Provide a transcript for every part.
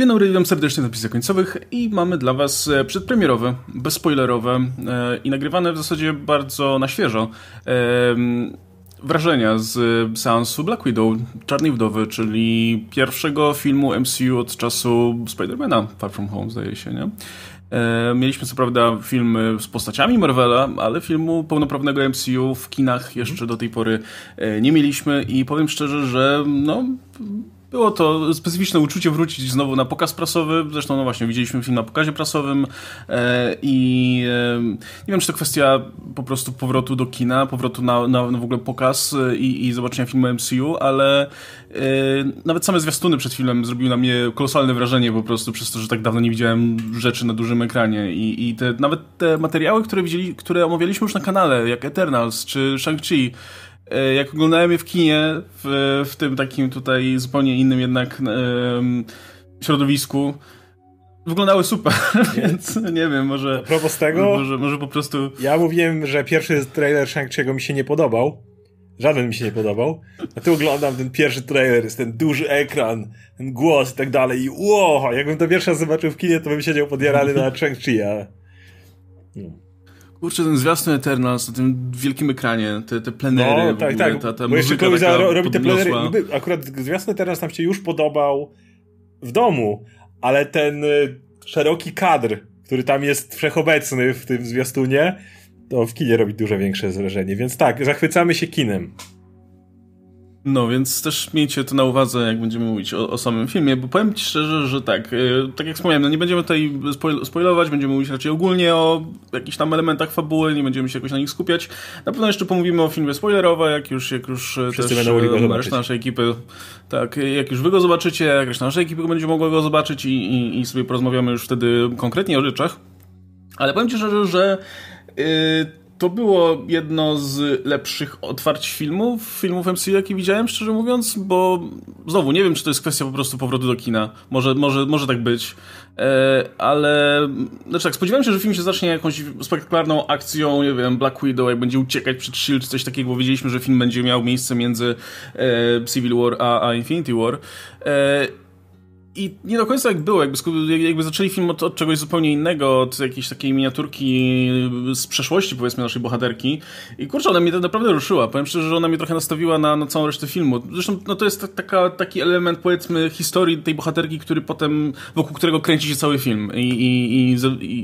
Dzień dobry, witam serdecznie na napisach końcowych i mamy dla was przedpremierowe, bezspoilerowe i nagrywane w zasadzie bardzo na świeżo wrażenia z seansu Black Widow, Czarnej Wdowy, czyli pierwszego filmu MCU od czasu Spider-Mana Far From Home, zdaje się, nie? Mieliśmy co prawda filmy z postaciami Marvela, ale filmu pełnoprawnego MCU w kinach jeszcze do tej pory nie mieliśmy i powiem szczerze, że no... Było to specyficzne uczucie wrócić znowu na pokaz prasowy. Zresztą, no właśnie, widzieliśmy film na pokazie prasowym i nie wiem, czy to kwestia po prostu powrotu do kina, powrotu na w ogóle pokaz i zobaczenia filmu MCU, ale nawet same zwiastuny przed filmem zrobiły na mnie kolosalne wrażenie po prostu przez to, że tak dawno nie widziałem rzeczy na dużym ekranie i nawet te materiały, które omawialiśmy już na kanale, jak Eternals czy Shang-Chi, jak oglądałem je w kinie, w tym takim tutaj zupełnie innym jednak środowisku, wyglądały super, więc nie wiem, może... A propos tego, może po prostu... Ja mówiłem, że pierwszy trailer Shang-Chi'ego mi się nie podobał. Żaden mi się nie podobał. A tu oglądam ten pierwszy trailer, jest ten duży ekran, ten głos i tak dalej i wow, jakbym to pierwszy raz zobaczył w kinie, to bym siedział podjarany na Shang-Chi, Kurczę, ten zwiastun Eternals na tym wielkim ekranie, te plenery, no, tak, tak. ta bo jeszcze kogoś robi te plenery. Akurat zwiastun Eternals nam się już podobał w domu, ale ten szeroki kadr, który tam jest wszechobecny w tym zwiastunie, to w kinie robi dużo większe wrażenie. Więc tak, zachwycamy się kinem. No, więc też miejcie to na uwadze, jak będziemy mówić o samym filmie, bo powiem ci szczerze, że tak jak wspomniałem, no nie będziemy tutaj spoilować, będziemy mówić raczej ogólnie o jakichś tam elementach fabuły, nie będziemy się jakoś na nich skupiać. Na pewno jeszcze pomówimy o filmie spoilerowo, jak już wszyscy też reszta naszej ekipy, tak, jak już wy go zobaczycie, jak reszta naszej ekipy będzie mogła go zobaczyć i sobie porozmawiamy już wtedy konkretnie o rzeczach. Ale powiem ci szczerze, że to było jedno z lepszych otwarć filmów MCU, jakie widziałem, szczerze mówiąc, bo znowu, nie wiem, czy to jest kwestia po prostu powrotu do kina. Może tak być. Ale znaczy tak, spodziewałem się, że film się zacznie jakąś spektakularną akcją, nie wiem, Black Widow, jak będzie uciekać przed S.H.I.E.L.D. czy coś takiego, bo wiedzieliśmy, że film będzie miał miejsce między Civil War a Infinity War. I nie do końca jak było, jakby zaczęli film od czegoś zupełnie innego, od jakiejś takiej miniaturki z przeszłości, powiedzmy, naszej bohaterki. I kurczę, ona mnie to naprawdę ruszyła. Powiem szczerze, że ona mnie trochę nastawiła na całą resztę filmu. Zresztą no to jest taki element, powiedzmy, historii tej bohaterki, który potem, wokół którego kręci się cały film. I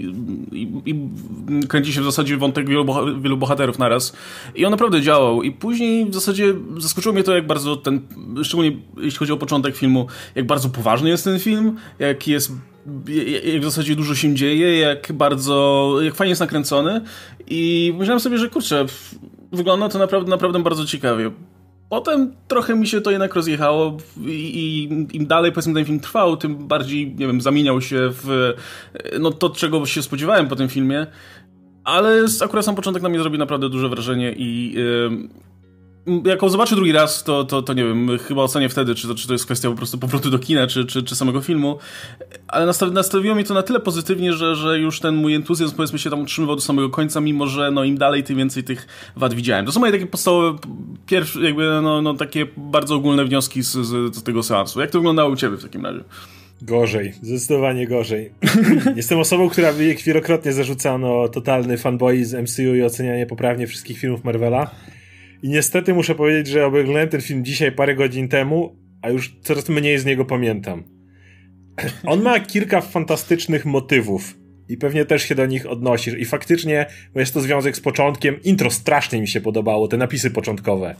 kręci się w zasadzie wątek wielu bohaterów naraz. I on naprawdę działał. I później w zasadzie zaskoczyło mnie to, jak bardzo szczególnie jeśli chodzi o początek filmu, jak bardzo poważny jest ten film, jak w zasadzie dużo się dzieje, jak fajnie jest nakręcony i myślałem sobie, że kurczę, wygląda to naprawdę bardzo ciekawie. Potem trochę mi się to jednak rozjechało i im dalej, powiedzmy, ten film trwał, tym bardziej, nie wiem, zamieniał się w to, czego się spodziewałem po tym filmie, ale akurat sam początek na mnie zrobił naprawdę duże wrażenie i jak go zobaczę drugi raz, to nie wiem, chyba ocenię wtedy, czy to jest kwestia po prostu powrotu do kina, czy samego filmu, ale nastawiło mnie to na tyle pozytywnie, że już ten mój entuzjazm, powiedzmy, się tam utrzymywał do samego końca, mimo że no im dalej, tym więcej tych wad widziałem. To są moje takie podstawowe, takie bardzo ogólne wnioski z tego seansu. Jak to wyglądało u ciebie w takim razie? Gorzej, zdecydowanie gorzej. Jestem osobą, która wielokrotnie zarzucano totalny fanboy z MCU i ocenianie poprawnie wszystkich filmów Marvela. I niestety muszę powiedzieć, że oglądałem ten film dzisiaj parę godzin temu, a już coraz mniej z niego pamiętam. On ma kilka fantastycznych motywów i pewnie też się do nich odnosisz. I faktycznie, bo jest to związek z początkiem, intro strasznie mi się podobało, te napisy początkowe.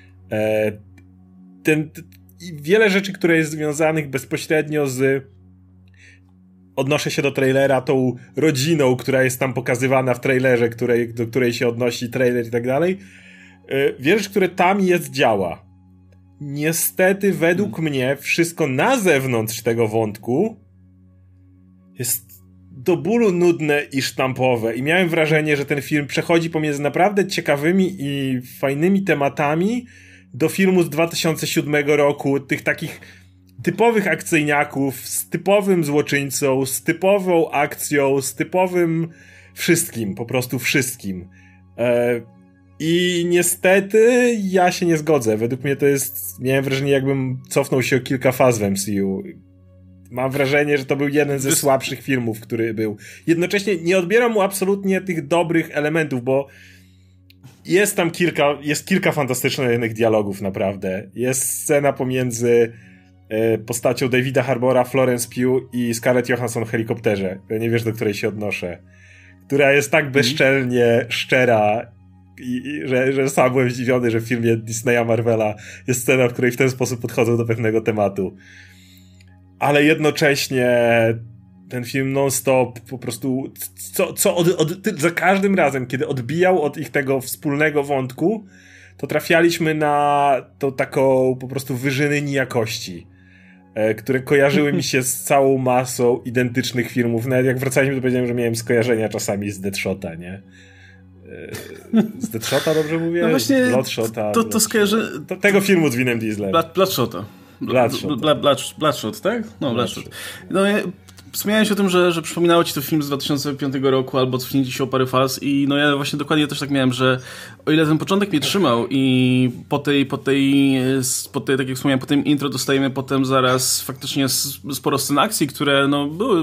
Wiele rzeczy, które jest związanych bezpośrednio odnoszę się do trailera, tą rodziną, która jest tam pokazywana w trailerze, do której się odnosi trailer i tak dalej. Wiele rzeczy, które tam działa. Niestety, według mnie, wszystko na zewnątrz tego wątku jest do bólu nudne i sztampowe. I miałem wrażenie, że ten film przechodzi pomiędzy naprawdę ciekawymi i fajnymi tematami do filmu z 2007 roku, tych takich typowych akcyjniaków, z typowym złoczyńcą, z typową akcją, z typowym wszystkim, po prostu wszystkim. I niestety ja się nie zgodzę. Według mnie to jest... Miałem wrażenie, jakbym cofnął się o kilka faz w MCU. Mam wrażenie, że to był jeden ze słabszych filmów, który był. Jednocześnie nie odbieram mu absolutnie tych dobrych elementów, bo jest tam kilka fantastycznych dialogów, naprawdę. Jest scena pomiędzy postacią Davida Harbora, Florence Pugh i Scarlett Johansson w helikopterze. Nie wiesz, do której się odnoszę. Która jest tak bezczelnie szczera, że sam byłem zdziwiony, że w filmie Disneya Marvela jest scena, w której w ten sposób podchodzą do pewnego tematu. Ale jednocześnie ten film non-stop po prostu za każdym razem, kiedy odbijał od ich tego wspólnego wątku, to trafialiśmy na tą taką po prostu wyżyny nijakości, które kojarzyły mi się z całą masą identycznych filmów. Nawet jak wracaliśmy, to powiedziałem, że miałem skojarzenia czasami z Deadshota, nie? Z Deadshota, dobrze mówię? No właśnie, Bloodshota. To skojarzy... Tego filmu z Vinem Dieslem. Bloodshota. Bloodshot, tak? No, Bloodshot. No, wspomniałeś o tym, że przypominało ci to film z 2005 roku, albo cofnijcie się o parę faz i no ja właśnie dokładnie też tak miałem, że o ile ten początek mnie trzymał i po tej tak jak wspomniałem, po tym intro dostajemy potem zaraz faktycznie sporo scen akcji, które no były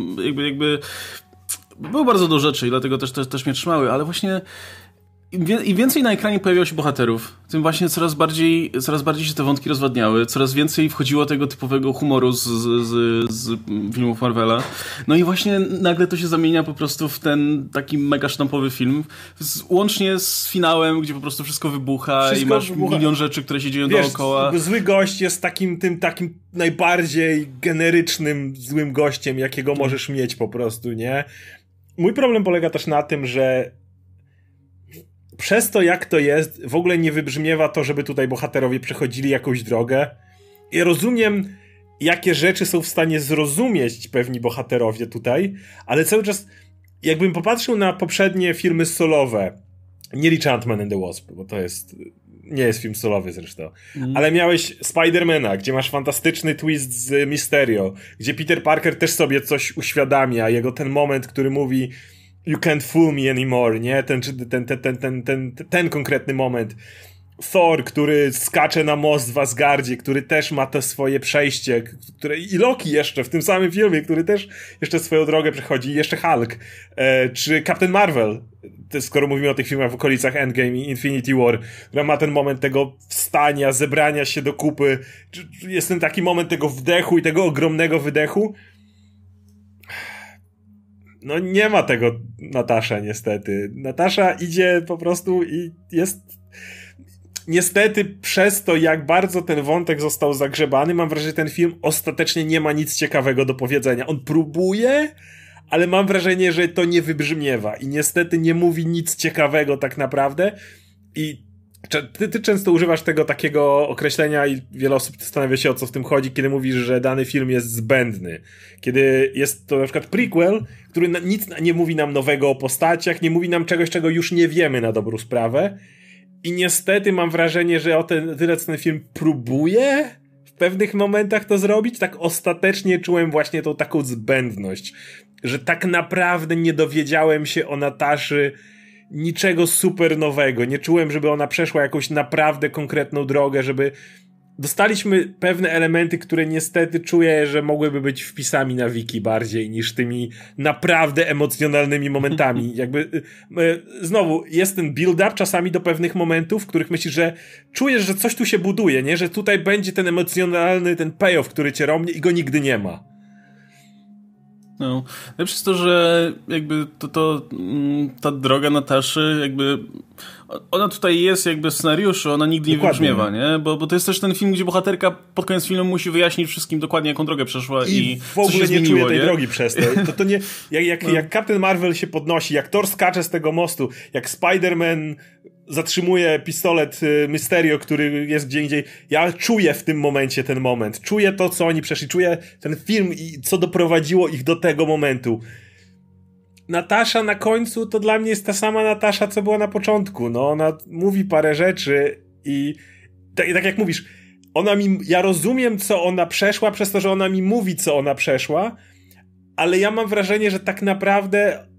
bardzo do rzeczy i dlatego też mnie trzymały, ale właśnie im więcej na ekranie pojawiało się bohaterów, tym właśnie coraz bardziej się te wątki rozwadniały, coraz więcej wchodziło tego typowego humoru z filmów Marvela. No i właśnie nagle to się zamienia po prostu w ten taki mega sztampowy film, łącznie z finałem, gdzie po prostu wszystko wybucha i masz milion rzeczy, które się dzieją dookoła. Zły gość jest takim najbardziej generycznym złym gościem, jakiego możesz mieć po prostu, nie? Mój problem polega też na tym, że przez to, jak to jest, w ogóle nie wybrzmiewa to, żeby tutaj bohaterowie przechodzili jakąś drogę. Ja rozumiem, jakie rzeczy są w stanie zrozumieć pewni bohaterowie tutaj, ale cały czas, jakbym popatrzył na poprzednie filmy solowe, nie liczę Ant-Man and the Wasp, bo to nie jest film solowy zresztą, ale miałeś Spidermana, gdzie masz fantastyczny twist z Mysterio, gdzie Peter Parker też sobie coś uświadamia, jego ten moment, który mówi You can't fool me anymore, nie? Ten konkretny moment. Thor, który skacze na most w Asgardzie, który też ma to swoje przejście, i Loki jeszcze w tym samym filmie, który też jeszcze swoją drogę przechodzi, i jeszcze Hulk, czy Captain Marvel, skoro mówimy o tych filmach w okolicach Endgame i Infinity War, która ma ten moment tego wstania, zebrania się do kupy, jest ten taki moment tego wdechu i tego ogromnego wydechu. No nie ma tego Natasza niestety. Natasza idzie po prostu i jest... Niestety przez to, jak bardzo ten wątek został zagrzebany, mam wrażenie, że ten film ostatecznie nie ma nic ciekawego do powiedzenia. On próbuje, ale mam wrażenie, że to nie wybrzmiewa i niestety nie mówi nic ciekawego tak naprawdę. I ty często używasz tego takiego określenia i wiele osób zastanawia się, o co w tym chodzi, kiedy mówisz, że dany film jest zbędny. Kiedy jest to na przykład prequel, który nic nie mówi nam nowego o postaciach, nie mówi nam czegoś, czego już nie wiemy na dobrą sprawę. I niestety mam wrażenie, że tyle co ten film próbuje w pewnych momentach to zrobić, tak ostatecznie czułem właśnie tą taką zbędność. Że tak naprawdę nie dowiedziałem się o Nataszy niczego super nowego. Nie czułem, żeby ona przeszła jakąś naprawdę konkretną drogę, żeby... Dostaliśmy pewne elementy, które niestety czuję, że mogłyby być wpisami na wiki bardziej niż tymi naprawdę emocjonalnymi momentami. Jakby znowu jest ten build-up czasami do pewnych momentów, w których myślisz, że czujesz, że coś tu się buduje, nie? Że tutaj będzie ten emocjonalny, ten payoff, który cię romnie i go nigdy nie ma. No, najlepsze jest to, że jakby ta droga Nataszy, jakby ona tutaj jest jakby w scenariuszu, ona nigdy nie wybrzmiewa, nie? Bo to jest też ten film, gdzie bohaterka pod koniec filmu musi wyjaśnić wszystkim dokładnie, jaką drogę przeszła i w ogóle nie czuje tej drogi przez to. To nie, jak Captain Marvel się podnosi, jak Thor skacze z tego mostu, jak Spider-Man zatrzymuje pistolet Mysterio, który jest gdzie indziej. Ja czuję w tym momencie ten moment. Czuję to, co oni przeszli. Czuję ten film i co doprowadziło ich do tego momentu. Natasza na końcu to dla mnie jest ta sama Natasza, co była na początku. No, ona mówi parę rzeczy i tak jak mówisz, ja rozumiem, co ona przeszła przez to, że ona mi mówi, co ona przeszła, ale ja mam wrażenie, że tak naprawdę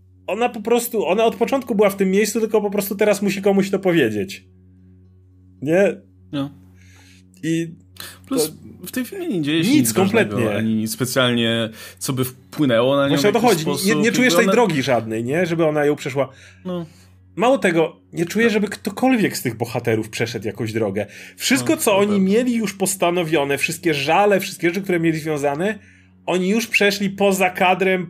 ona od początku była w tym miejscu, tylko po prostu teraz musi komuś to powiedzieć. Nie? No. I plus w tej filmie nie dzieje się nic kompletnie. Ani nic specjalnie, co by wpłynęło na nią. Właśnie o to chodzi. Sposób. Nie czujesz tej drogi żadnej, nie? Żeby ona ją przeszła. No. Mało tego, nie czuję, żeby ktokolwiek z tych bohaterów przeszedł jakąś drogę. Wszystko, co oni mieli już postanowione, wszystkie żale, wszystkie rzeczy, które mieli związane, oni już przeszli poza kadrem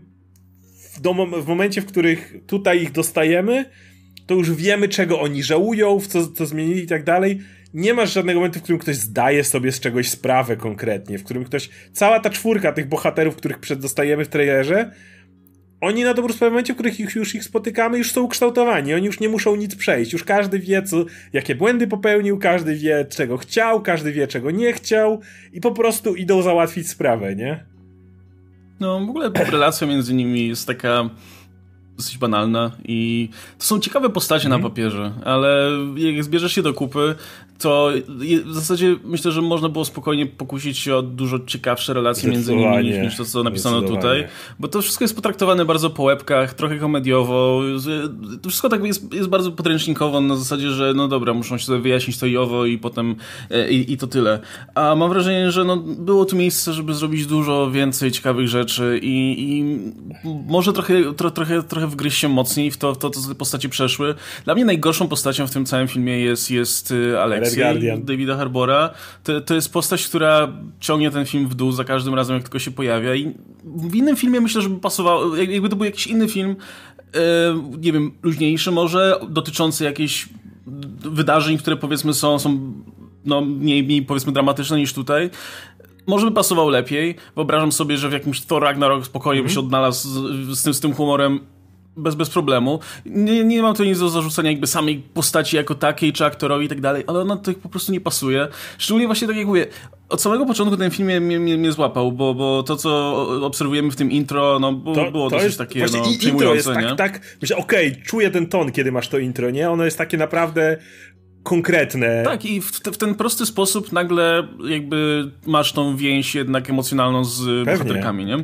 w momencie, w których tutaj ich dostajemy, to już wiemy, czego oni żałują, w co zmienili i tak dalej. Nie masz żadnego momentu, w którym ktoś zdaje sobie z czegoś sprawę konkretnie, w którym cała ta czwórka tych bohaterów, których dostajemy w trailerze, oni na dobrą sprawę w momencie, w których już ich spotykamy, już są ukształtowani, oni już nie muszą nic przejść, już każdy wie, jakie błędy popełnił, każdy wie, czego chciał, każdy wie, czego nie chciał i po prostu idą załatwić sprawę, nie? No, w ogóle relacja między nimi jest taka dosyć banalna i to są ciekawe postacie na papierze, ale jak zbierzesz się do kupy, to w zasadzie myślę, że można było spokojnie pokusić się o dużo ciekawsze relacje między nimi niż to, co napisano tutaj, bo to wszystko jest potraktowane bardzo po łebkach, trochę komediowo, to wszystko tak jest bardzo podręcznikowo na zasadzie, że no dobra, muszą się sobie wyjaśnić to i owo i potem i to tyle. A mam wrażenie, że no, było tu miejsce, żeby zrobić dużo więcej ciekawych rzeczy i może trochę wgryźć się mocniej w to, co te postaci przeszły. Dla mnie najgorszą postacią w tym całym filmie jest Alex Davida Harbora. To jest postać, która ciągnie ten film w dół za każdym razem, jak tylko się pojawia i w innym filmie myślę, że by pasowało, jakby to był jakiś inny film, nie wiem, luźniejszy może, dotyczący jakichś wydarzeń, które powiedzmy są no, mniej powiedzmy dramatyczne niż tutaj. Może by pasował lepiej. Wyobrażam sobie, że w jakimś Thor Ragnarok spokojnie by się odnalazł z tym humorem bez problemu. Nie mam tu nic do zarzucenia jakby samej postaci jako takiej, czy aktorowi i tak dalej, ale ona to po prostu nie pasuje. Szczególnie właśnie tak jak mówię, od samego początku ten film mnie złapał, bo to, co obserwujemy w tym intro, no było dosyć takie przejmujące, intro jest tak myślę, okej, czuję ten ton, kiedy masz to intro, nie? Ono jest takie naprawdę konkretne. Tak, i w ten prosty sposób nagle jakby masz tą więź jednak emocjonalną z bohaterkami, nie?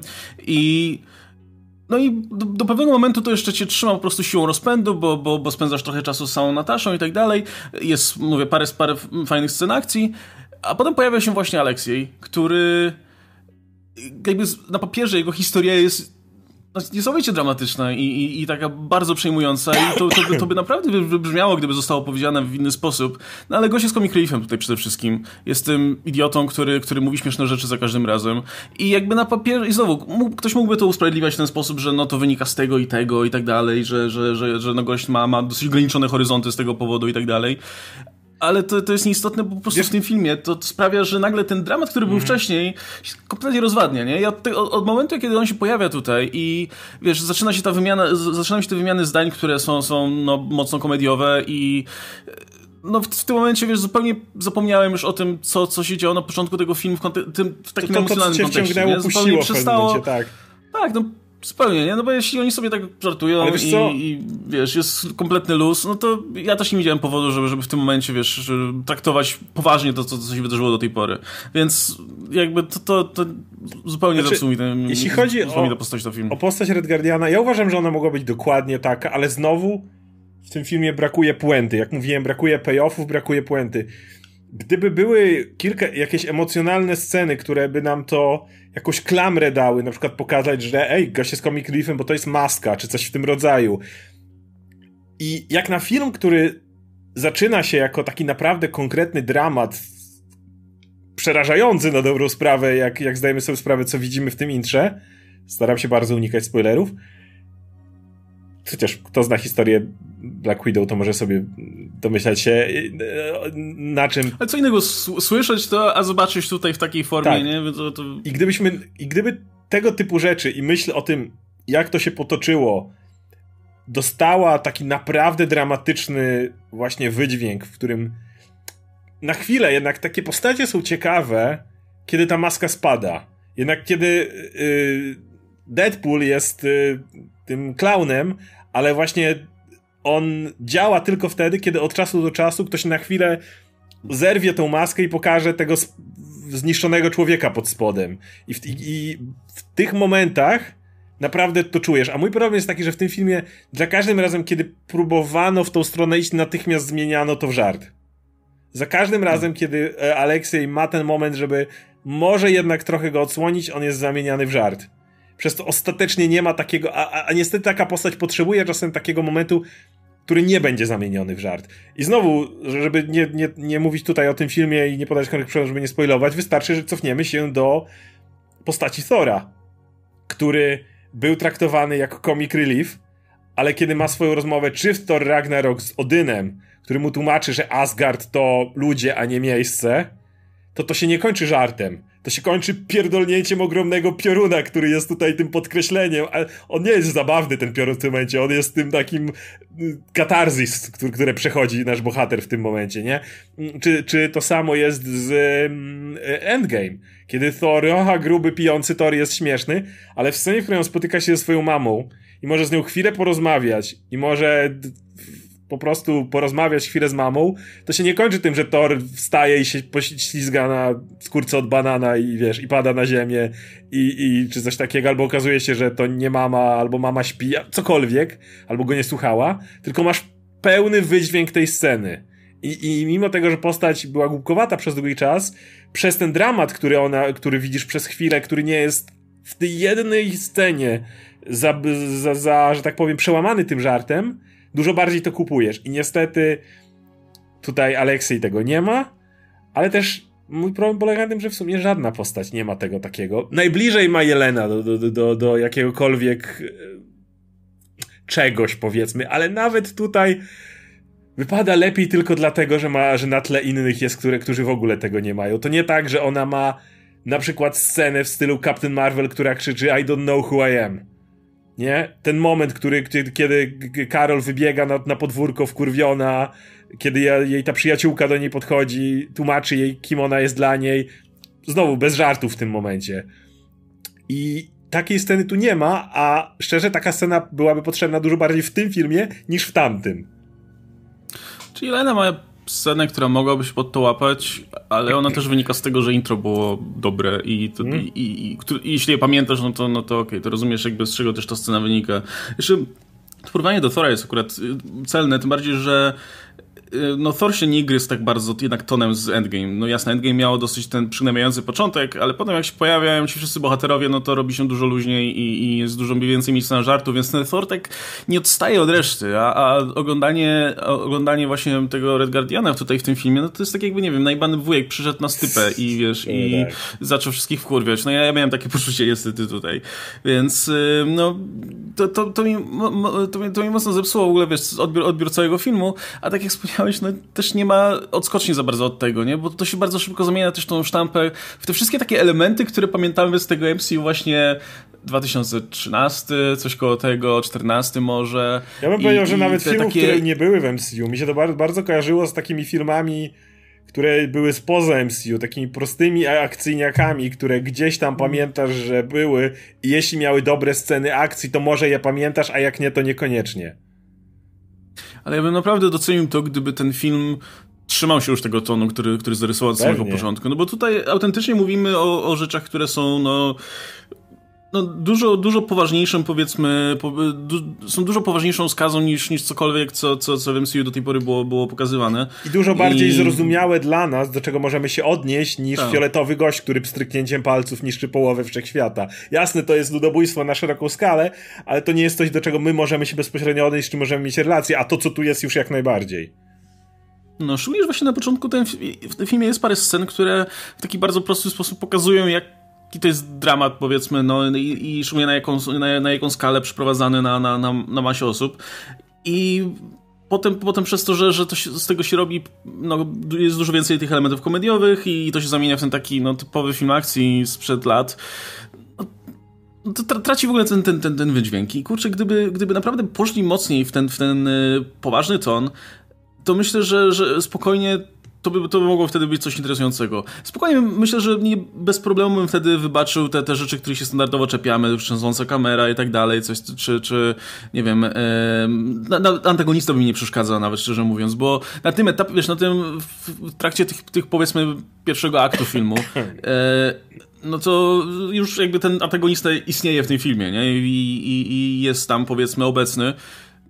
No i do pewnego momentu to jeszcze cię trzyma po prostu siłą rozpędu, bo spędzasz trochę czasu z samą Nataszą i tak dalej. Jest, mówię, parę fajnych scen akcji, a potem pojawia się właśnie Aleksiej, który jakby na papierze jego historia jest niesamowicie dramatyczna i taka bardzo przejmująca i to by naprawdę wybrzmiało, gdyby zostało opowiedziane w inny sposób. No ale gość jest comic reliefem tutaj przede wszystkim. Jest tym idiotą, który mówi śmieszne rzeczy za każdym razem. I jakby na papierze, i znowu, ktoś mógłby to usprawiedliwiać w ten sposób, że no to wynika z tego i tego i tak dalej, że no gość ma dosyć ograniczone horyzonty z tego powodu i tak dalej. Ale to jest nieistotne, bo po prostu w tym filmie to sprawia, że nagle ten dramat, który był wcześniej, się kompletnie rozwadnia, nie? Od momentu, kiedy on się pojawia tutaj i wiesz, zaczynają się te wymiany zdań, które są no, mocno komediowe i no w tym momencie, wiesz, zupełnie zapomniałem już o tym, co się działo na początku tego filmu w takim emocjonalnym kontekście. To zupełnie przestało. Momencie, tak. Tak, no zupełnie, nie? No bo jeśli oni sobie tak żartują i wiesz, jest kompletny luz, no to ja też nie widziałem powodu, żeby w tym momencie, wiesz, traktować poważnie to, co się wydarzyło do tej pory. Więc jakby to zupełnie zepsuł mi ten... Jeśli chodzi o postać Red Guardiana, ja uważam, że ona mogła być dokładnie taka, ale znowu w tym filmie brakuje puenty. Jak mówiłem, brakuje payoffów, brakuje puenty. Gdyby były jakieś emocjonalne sceny, które by nam to jakąś klamrę dały, na przykład pokazać, że gość jest comic reliefem, bo to jest maska, czy coś w tym rodzaju. I jak na film, który zaczyna się jako taki naprawdę konkretny dramat, przerażający na dobrą sprawę, jak zdajemy sobie sprawę, co widzimy w tym intrze, staram się bardzo unikać spoilerów, chociaż kto zna historię Black Widow, to może sobie domyślać się, na czym... Ale co innego słyszeć to, a zobaczyć tutaj w takiej formie, tak. Nie? To... I gdyby tego typu rzeczy i myśl o tym, jak to się potoczyło, dostała taki naprawdę dramatyczny właśnie wydźwięk, w którym na chwilę jednak takie postacie są ciekawe, kiedy ta maska spada. Jednak kiedy Deadpool jest tym klaunem, ale właśnie on działa tylko wtedy, kiedy od czasu do czasu ktoś na chwilę zerwie tą maskę i pokaże tego zniszczonego człowieka pod spodem. I w tych momentach naprawdę to czujesz. A mój problem jest taki, że w tym filmie za każdym razem, kiedy próbowano w tą stronę iść, natychmiast zmieniano to w żart. za każdym razem, kiedy Aleksiej ma ten moment, żeby może jednak trochę go odsłonić, on jest zamieniany w żart. Przez to ostatecznie nie ma takiego, a niestety taka postać potrzebuje czasem takiego momentu, który nie będzie zamieniony w żart. I znowu, żeby nie mówić tutaj o tym filmie i nie podać konkretnych przykładów, żeby nie spoilować, wystarczy, że cofniemy się do postaci Thora, który był traktowany jako comic relief, ale kiedy ma swoją rozmowę czy w Thor Ragnarok z Odynem, który mu tłumaczy, że Asgard to ludzie, a nie miejsce, to się nie kończy żartem. To się kończy pierdolnięciem ogromnego pioruna, który jest tutaj tym podkreśleniem. Ale on nie jest zabawny, ten piorun w tym momencie. On jest tym takim katarzis, które przechodzi nasz bohater w tym momencie, nie? Czy to samo jest z Endgame? Kiedy Thor, gruby, pijący Thor jest śmieszny, ale w scenie, w której on spotyka się ze swoją mamą i może z nią chwilę porozmawiać i może po prostu porozmawiać chwilę z mamą, to się nie kończy tym, że Thor wstaje i się poślizga na skórce od banana i wiesz, i pada na ziemię i czy coś takiego, albo okazuje się, że to nie mama, albo mama śpi, cokolwiek, albo go nie słuchała, tylko masz pełny wydźwięk tej sceny. I mimo tego, że postać była głupkowata przez długi czas, przez ten dramat, który widzisz przez chwilę, który nie jest w tej jednej scenie że tak powiem, przełamany tym żartem, dużo bardziej to kupujesz. I niestety tutaj Aleksiej tego nie ma, ale też mój problem polega na tym, że w sumie żadna postać nie ma tego takiego. Najbliżej ma Jelena do jakiegokolwiek czegoś, powiedzmy, ale nawet tutaj wypada lepiej tylko dlatego, że na tle innych jest, którzy w ogóle tego nie mają. To nie tak, że ona ma na przykład scenę w stylu Captain Marvel, która krzyczy I don't know who I am. Nie? Ten moment, kiedy Karol wybiega na podwórko wkurwiona, kiedy jej ta przyjaciółka do niej podchodzi, tłumaczy jej, kim ona jest dla niej. Znowu, bez żartów w tym momencie. I takiej sceny tu nie ma, a szczerze taka scena byłaby potrzebna dużo bardziej w tym filmie niż w tamtym. Czyli Elena ma scenę, która mogłaby się pod to łapać, ale ona też wynika z tego, że intro było dobre i jeśli je pamiętasz, no to okej, to rozumiesz jakby z czego też ta scena wynika. Jeszcze porównanie do Thora jest akurat celne, tym bardziej, że no Thor się nie gryzł tak bardzo jednak tonem z Endgame. No jasne, Endgame miało dosyć ten przygnębiający początek, ale potem jak się pojawiają ci wszyscy bohaterowie, no to robi się dużo luźniej i jest dużo więcej miejsca na żartu, więc ten Thor tak nie odstaje od reszty, a oglądanie właśnie tego Red Guardiana tutaj w tym filmie, no to jest tak jakby, nie wiem, najbany wujek przyszedł na stypę i wiesz, i zaczął wszystkich wkurwiać. No ja miałem takie poczucie niestety tutaj. Więc no to mi mocno zepsuło w ogóle, wiesz, odbiór całego filmu, a tak jak wspomniałem, no też nie ma odskoczni za bardzo od tego, nie? Bo to się bardzo szybko zamienia też tą sztampę w te wszystkie takie elementy, które pamiętamy z tego MCU właśnie 2013, coś koło tego, 14 może. Ja bym powiedział, że nawet filmów, które nie były w MCU, mi się to bardzo kojarzyło z takimi filmami, które były spoza MCU, takimi prostymi akcyjniakami, które gdzieś tam pamiętasz, że były i jeśli miały dobre sceny akcji, to może je pamiętasz, a jak nie, to niekoniecznie. Ale ja bym naprawdę docenił to, gdyby ten film trzymał się już tego tonu, który zarysował od samego początku. No bo tutaj autentycznie mówimy o rzeczach, które są dużo poważniejszym, powiedzmy, są dużo poważniejszą skazą niż cokolwiek, co w MCU do tej pory było pokazywane. I dużo bardziej zrozumiałe dla nas, do czego możemy się odnieść, niż fioletowy gość, który pstryknięciem palców niszczy połowę wszechświata. Jasne, to jest ludobójstwo na szeroką skalę, ale to nie jest coś, do czego my możemy się bezpośrednio odnieść, czy możemy mieć relację, a to, co tu jest, już jak najbardziej. No, szczególnie, że właśnie na początku w tym filmie jest parę scen, które w taki bardzo prosty sposób pokazują, jaki to jest dramat, powiedzmy, no i szczególnie na jaką skalę przeprowadzany na masie osób. I potem przez to, że z tego się robi, no, jest dużo więcej tych elementów komediowych i to się zamienia w ten taki typowy film akcji sprzed lat. No, to traci w ogóle ten wydźwięk. I kurczę, gdyby naprawdę poszli mocniej w ten poważny ton, to myślę, że spokojnie to by mogło wtedy być coś interesującego. Spokojnie myślę, że bez problemu bym wtedy wybaczył te rzeczy, których się standardowo czepiamy, trzęsąca kamera i tak dalej, coś, czy nie wiem, antagonista mi nie przeszkadza nawet, szczerze mówiąc, bo na tym etapie, wiesz, w trakcie tych powiedzmy pierwszego aktu filmu, no to już jakby ten antagonista istnieje w tym filmie, nie? I jest tam, powiedzmy, obecny.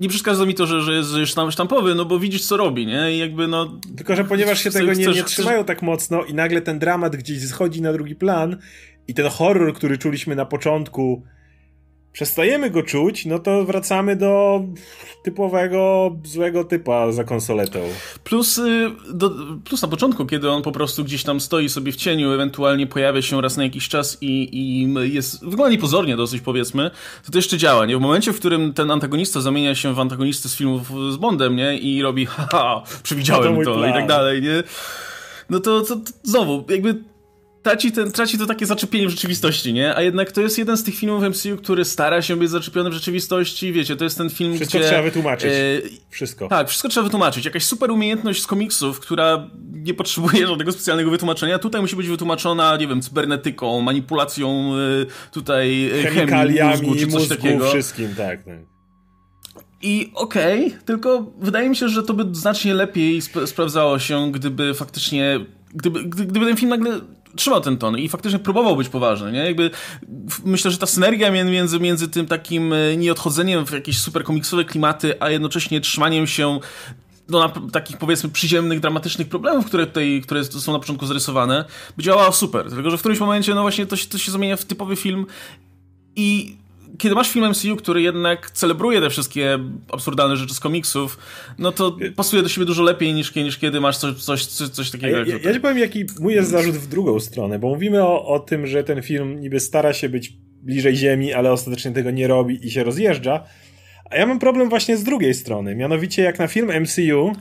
nie przeszkadza mi to, że jest sztampowy, no bo widzisz, co robi, nie? I jakby no... Tylko, że ponieważ się tego nie trzymają tak mocno i nagle ten dramat gdzieś schodzi na drugi plan i ten horror, który czuliśmy na początku, przestajemy go czuć, no to wracamy do typowego złego typa za konsoletą. Plus na początku, kiedy on po prostu gdzieś tam stoi sobie w cieniu, ewentualnie pojawia się raz na jakiś czas i jest, wygląda niepozornie dosyć, powiedzmy, to jeszcze działa, nie? W momencie, w którym ten antagonista zamienia się w antagonistę z filmów z Bondem, nie? I robi haha, przewidziałem to i tak dalej, nie? No to znowu, jakby traci to takie zaczepienie w rzeczywistości, nie? A jednak to jest jeden z tych filmów MCU, który stara się być zaczepiony w rzeczywistości. Wiecie, to jest ten film, wszystko gdzie... trzeba wytłumaczyć. Wszystko. Tak, wszystko trzeba wytłumaczyć. Jakaś super umiejętność z komiksów, która nie potrzebuje żadnego specjalnego wytłumaczenia. Tutaj musi być wytłumaczona, nie wiem, cybernetyką, manipulacją tutaj chemikaliami, mózgu, czy coś takiego. wszystkim, tak. I okej, tylko wydaje mi się, że to by znacznie lepiej sprawdzało się, gdyby faktycznie... Gdyby ten film nagle trzymał ten ton i faktycznie próbował być poważny, nie? Jakby myślę, że ta synergia między tym takim nieodchodzeniem w jakieś super komiksowe klimaty, a jednocześnie trzymaniem się na takich, powiedzmy, przyziemnych, dramatycznych problemów, które są na początku zarysowane, by działało super. Tylko że w którymś momencie, no właśnie, to się zamienia w typowy film i kiedy masz film MCU, który jednak celebruje te wszystkie absurdalne rzeczy z komiksów, no to pasuje do siebie dużo lepiej niż kiedy masz coś takiego. Ja ci powiem, jaki mój jest zarzut w drugą stronę, bo mówimy o tym, że ten film niby stara się być bliżej ziemi, ale ostatecznie tego nie robi i się rozjeżdża, a ja mam problem właśnie z drugiej strony, mianowicie jak na film MCU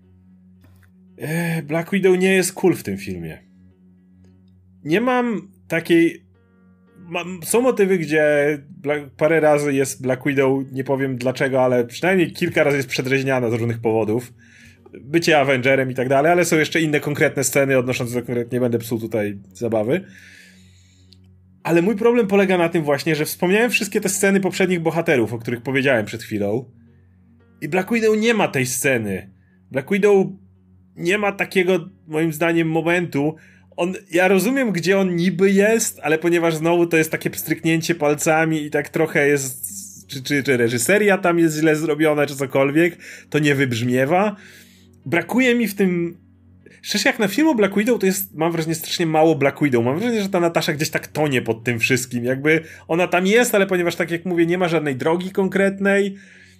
Black Widow nie jest cool w tym filmie. Nie mam takiej... Są motywy, gdzie parę razy jest Black Widow, nie powiem dlaczego, ale przynajmniej kilka razy jest przedrzeźniana z różnych powodów. Bycie Avengerem i tak dalej, ale są jeszcze inne konkretne sceny odnoszące do konkretnie, nie będę psuł tutaj zabawy. Ale mój problem polega na tym właśnie, że wspomniałem wszystkie te sceny poprzednich bohaterów, o których powiedziałem przed chwilą. I Black Widow nie ma tej sceny. Black Widow nie ma takiego, moim zdaniem, momentu. Ja rozumiem, gdzie on niby jest, ale ponieważ znowu to jest takie pstryknięcie palcami i tak trochę jest, czy reżyseria tam jest źle zrobiona, czy cokolwiek, to nie wybrzmiewa. Brakuje mi w tym... Szczerze, jak na film o Black Widow, to jest, mam wrażenie, strasznie mało Black Widow. Mam wrażenie, że ta Natasza gdzieś tak tonie pod tym wszystkim. Jakby ona tam jest, ale ponieważ, tak jak mówię, nie ma żadnej drogi konkretnej,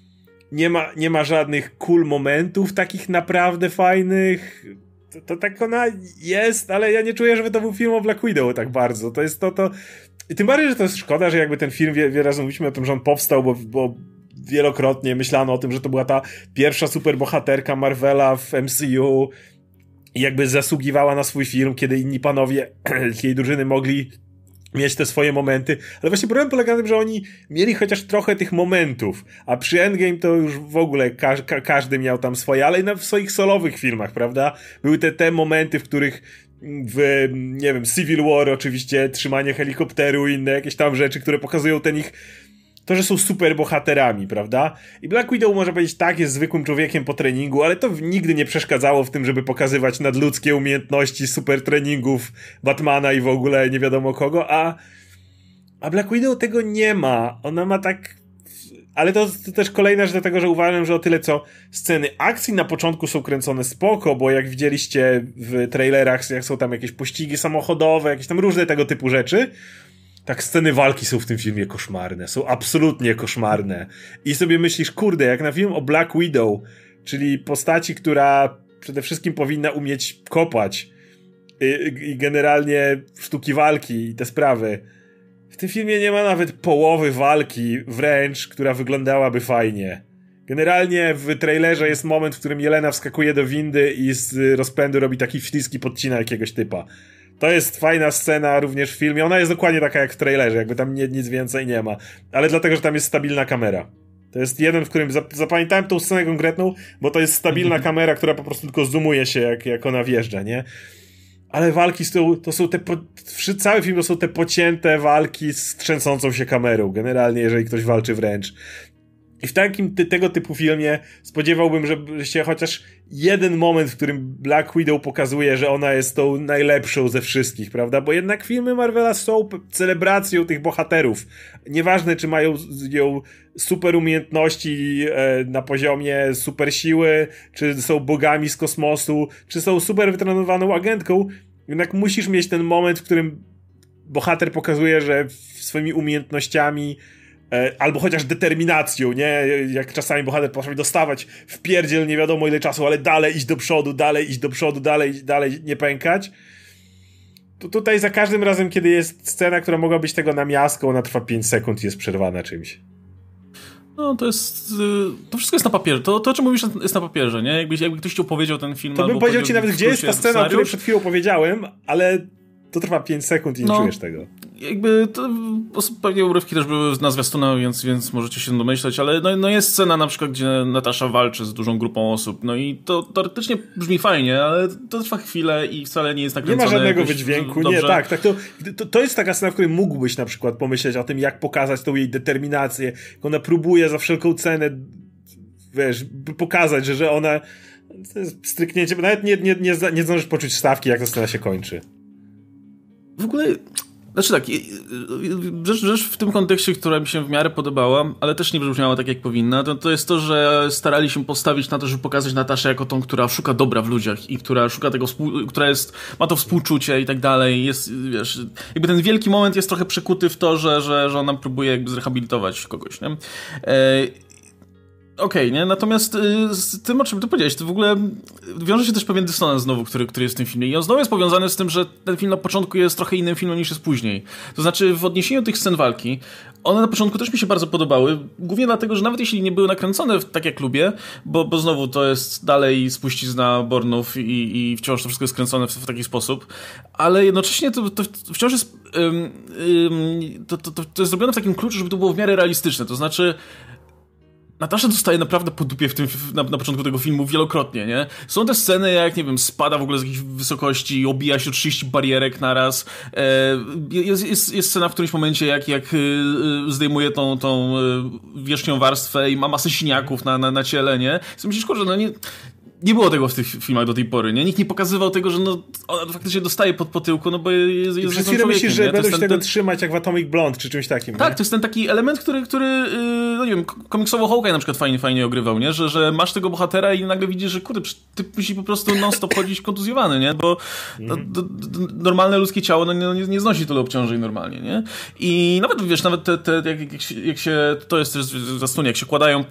nie ma żadnych cool momentów takich naprawdę fajnych... To tak ona jest, ale ja nie czuję, żeby to był film o Black Widow tak bardzo. To jest to... I tym bardziej, że to jest szkoda, że jakby ten film, wiele razy mówiliśmy o tym, że on powstał, bo wielokrotnie myślano o tym, że to była ta pierwsza superbohaterka Marvela w MCU i jakby zasługiwała na swój film, kiedy inni panowie jej drużyny mogli mieć te swoje momenty, ale właśnie problem polega na tym, że oni mieli chociaż trochę tych momentów, a przy Endgame to już w ogóle każdy miał tam swoje, ale i w swoich solowych filmach, prawda? Były te momenty, w których nie wiem, Civil War oczywiście, trzymanie helikopteru i inne jakieś tam rzeczy, które pokazują to, że są super bohaterami, prawda? I Black Widow, może powiedzieć, tak, jest zwykłym człowiekiem po treningu, ale to nigdy nie przeszkadzało w tym, żeby pokazywać nadludzkie umiejętności super treningów Batmana i w ogóle nie wiadomo kogo, a Black Widow tego nie ma. Ona ma tak... Ale to też kolejna rzecz do tego, że uważam, że o tyle co sceny akcji na początku są kręcone spoko, bo jak widzieliście w trailerach, jak są tam jakieś pościgi samochodowe, jakieś tam różne tego typu rzeczy, tak sceny walki są w tym filmie koszmarne. Są absolutnie koszmarne. I sobie myślisz, kurde, jak na film o Black Widow, czyli postaci, która przede wszystkim powinna umieć kopać i generalnie sztuki walki i te sprawy. W tym filmie nie ma nawet połowy walki wręcz, która wyglądałaby fajnie. Generalnie w trailerze jest moment, w którym Jelena wskakuje do windy i z rozpędu robi taki śliski podcina jakiegoś typa. To jest fajna scena również w filmie. Ona jest dokładnie taka jak w trailerze, jakby tam nic więcej nie ma. Ale dlatego, że tam jest stabilna kamera. To jest jeden, w którym zapamiętałem tą scenę konkretną, bo to jest stabilna kamera, która po prostu tylko zoomuje się, jak ona wjeżdża, nie? Ale walki to są cały film to są te pocięte walki z trzęsącą się kamerą. Generalnie, jeżeli ktoś walczy wręcz. I w takim tego typu filmie spodziewałbym, że się chociaż jeden moment, w którym Black Widow pokazuje, że ona jest tą najlepszą ze wszystkich, prawda? Bo jednak filmy Marvela są celebracją tych bohaterów. Nieważne, czy mają super umiejętności na poziomie super siły, czy są bogami z kosmosu, czy są super wytrenowaną agentką, jednak musisz mieć ten moment, w którym bohater pokazuje, że swoimi umiejętnościami albo chociaż determinacją, nie? Jak czasami bohater potrafi dostawać w pierdziel nie wiadomo ile czasu, ale dalej iść do przodu, dalej nie pękać. To tutaj za każdym razem, kiedy jest scena, która mogła być tego namiastką, ona trwa 5 sekund i jest przerwana czymś. No to jest... To wszystko jest na papierze. To o czym mówisz, jest na papierze, nie? Jakby ktoś ci opowiedział ten film... To bym powiedział ci nawet, gdzie jest ta scena, o której przed chwilą powiedziałem, ale to trwa 5 sekund i nie czujesz tego. Jakby to pewnie urywki też były na zwiastunach, więc możecie się domyśleć, ale no jest scena na przykład, gdzie Natasza walczy z dużą grupą osób, no i to teoretycznie brzmi fajnie, ale to trwa chwilę i wcale nie jest nakręcone. Nie ma żadnego wydźwięku, dobrze. Nie, tak, to jest taka scena, w której mógłbyś na przykład pomyśleć o tym, jak pokazać tą jej determinację, jak ona próbuje za wszelką cenę, wiesz, pokazać, że ona to jest stryknięcie, bo nawet nie zdążysz poczuć stawki, jak ta scena się kończy. W ogóle, znaczy tak, rzecz w tym kontekście, która mi się w miarę podobała, ale też nie wybrzmiała tak, jak powinna, to jest to, że starali się postawić na to, żeby pokazać Nataszę jako tą, która szuka dobra w ludziach i która szuka tego, która ma to współczucie i tak dalej. Jest, wiesz, jakby ten wielki moment jest trochę przekuty w to, że ona próbuje jakby zrehabilitować kogoś, nie? Okej, nie? Natomiast z tym, o czym ty powiedziałeś, to w ogóle wiąże się też pewien dysonans znowu, który jest w tym filmie. I on znowu jest powiązany z tym, że ten film na początku jest trochę innym filmem niż jest później. To znaczy w odniesieniu tych scen walki, one na początku też mi się bardzo podobały. Głównie dlatego, że nawet jeśli nie były nakręcone tak jak lubię, bo znowu to jest dalej spuścizna Bornów i wciąż to wszystko jest kręcone w taki sposób, ale jednocześnie to wciąż jest to jest zrobione w takim kluczu, żeby to było w miarę realistyczne. To znaczy Natasza dostaje naprawdę po dupie na początku tego filmu wielokrotnie, nie? Są te sceny, jak, nie wiem, spada w ogóle z jakiejś wysokości, obija się 30 barierek naraz. Jest scena w którymś momencie, jak zdejmuje tą wierzchnią warstwę i ma masę siniaków na ciele, nie? I myślisz, że no nie było tego w tych filmach do tej pory, nie? Nikt nie pokazywał tego, że no, ona faktycznie dostaje po tyłku, no bo jest przez chwilę myślisz, że będą się tego trzymać jak w Atomic Blonde, czy czymś takim, tak, nie? to jest ten taki element, który no nie wiem, komiksowo Hawkeye na przykład fajnie ogrywał, nie? Że masz tego bohatera i nagle widzisz, że kurde, ty musi po prostu non-stop chodzić kontuzjowany, nie? Bo normalne ludzkie ciało nie znosi tyle obciążeń normalnie, nie? I nawet, wiesz, nawet jak się, to jest też zastunie, jak się kładają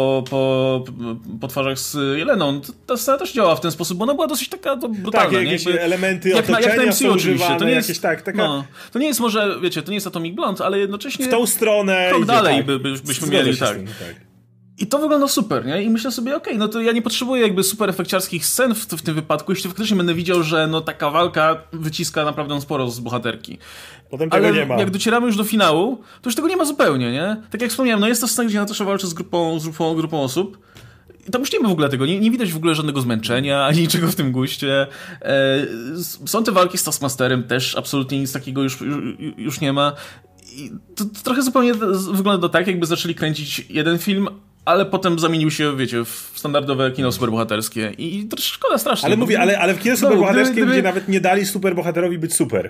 po twarzach z Jeleną, ta scena też działa w ten sposób, bo ona była dosyć taka brutalna. Tak, jakieś elementy otoczenia są używane, to nie jest, jakieś taka... No, to nie jest może, wiecie, to nie jest Atomic Blonde, ale jednocześnie... W tą stronę krok dalej tak. byśmy mieli, tak. I to wygląda super, nie? I myślę sobie, okej, no to ja nie potrzebuję jakby super efekciarskich scen w tym wypadku, jeśli faktycznie będę widział, że no taka walka wyciska naprawdę sporo z bohaterki. Potem tego nie ma. Jak docieramy już do finału, to już tego nie ma zupełnie, nie? Tak jak wspomniałem, no jest to scena, gdzie Natasza walczy z grupą osób. I tam już nie ma w ogóle tego, nie widać w ogóle żadnego zmęczenia, ani niczego w tym guście. Są te walki z Taskmasterem, też absolutnie nic takiego już nie ma. I to trochę zupełnie wygląda tak, jakby zaczęli kręcić jeden film, ale potem zamienił się, wiecie, w standardowe kino superbohaterskie. I to szkoda strasznie. Ale mówię, ale w kino superbohaterskim, gdzie nawet nie dali superbohaterowi być super.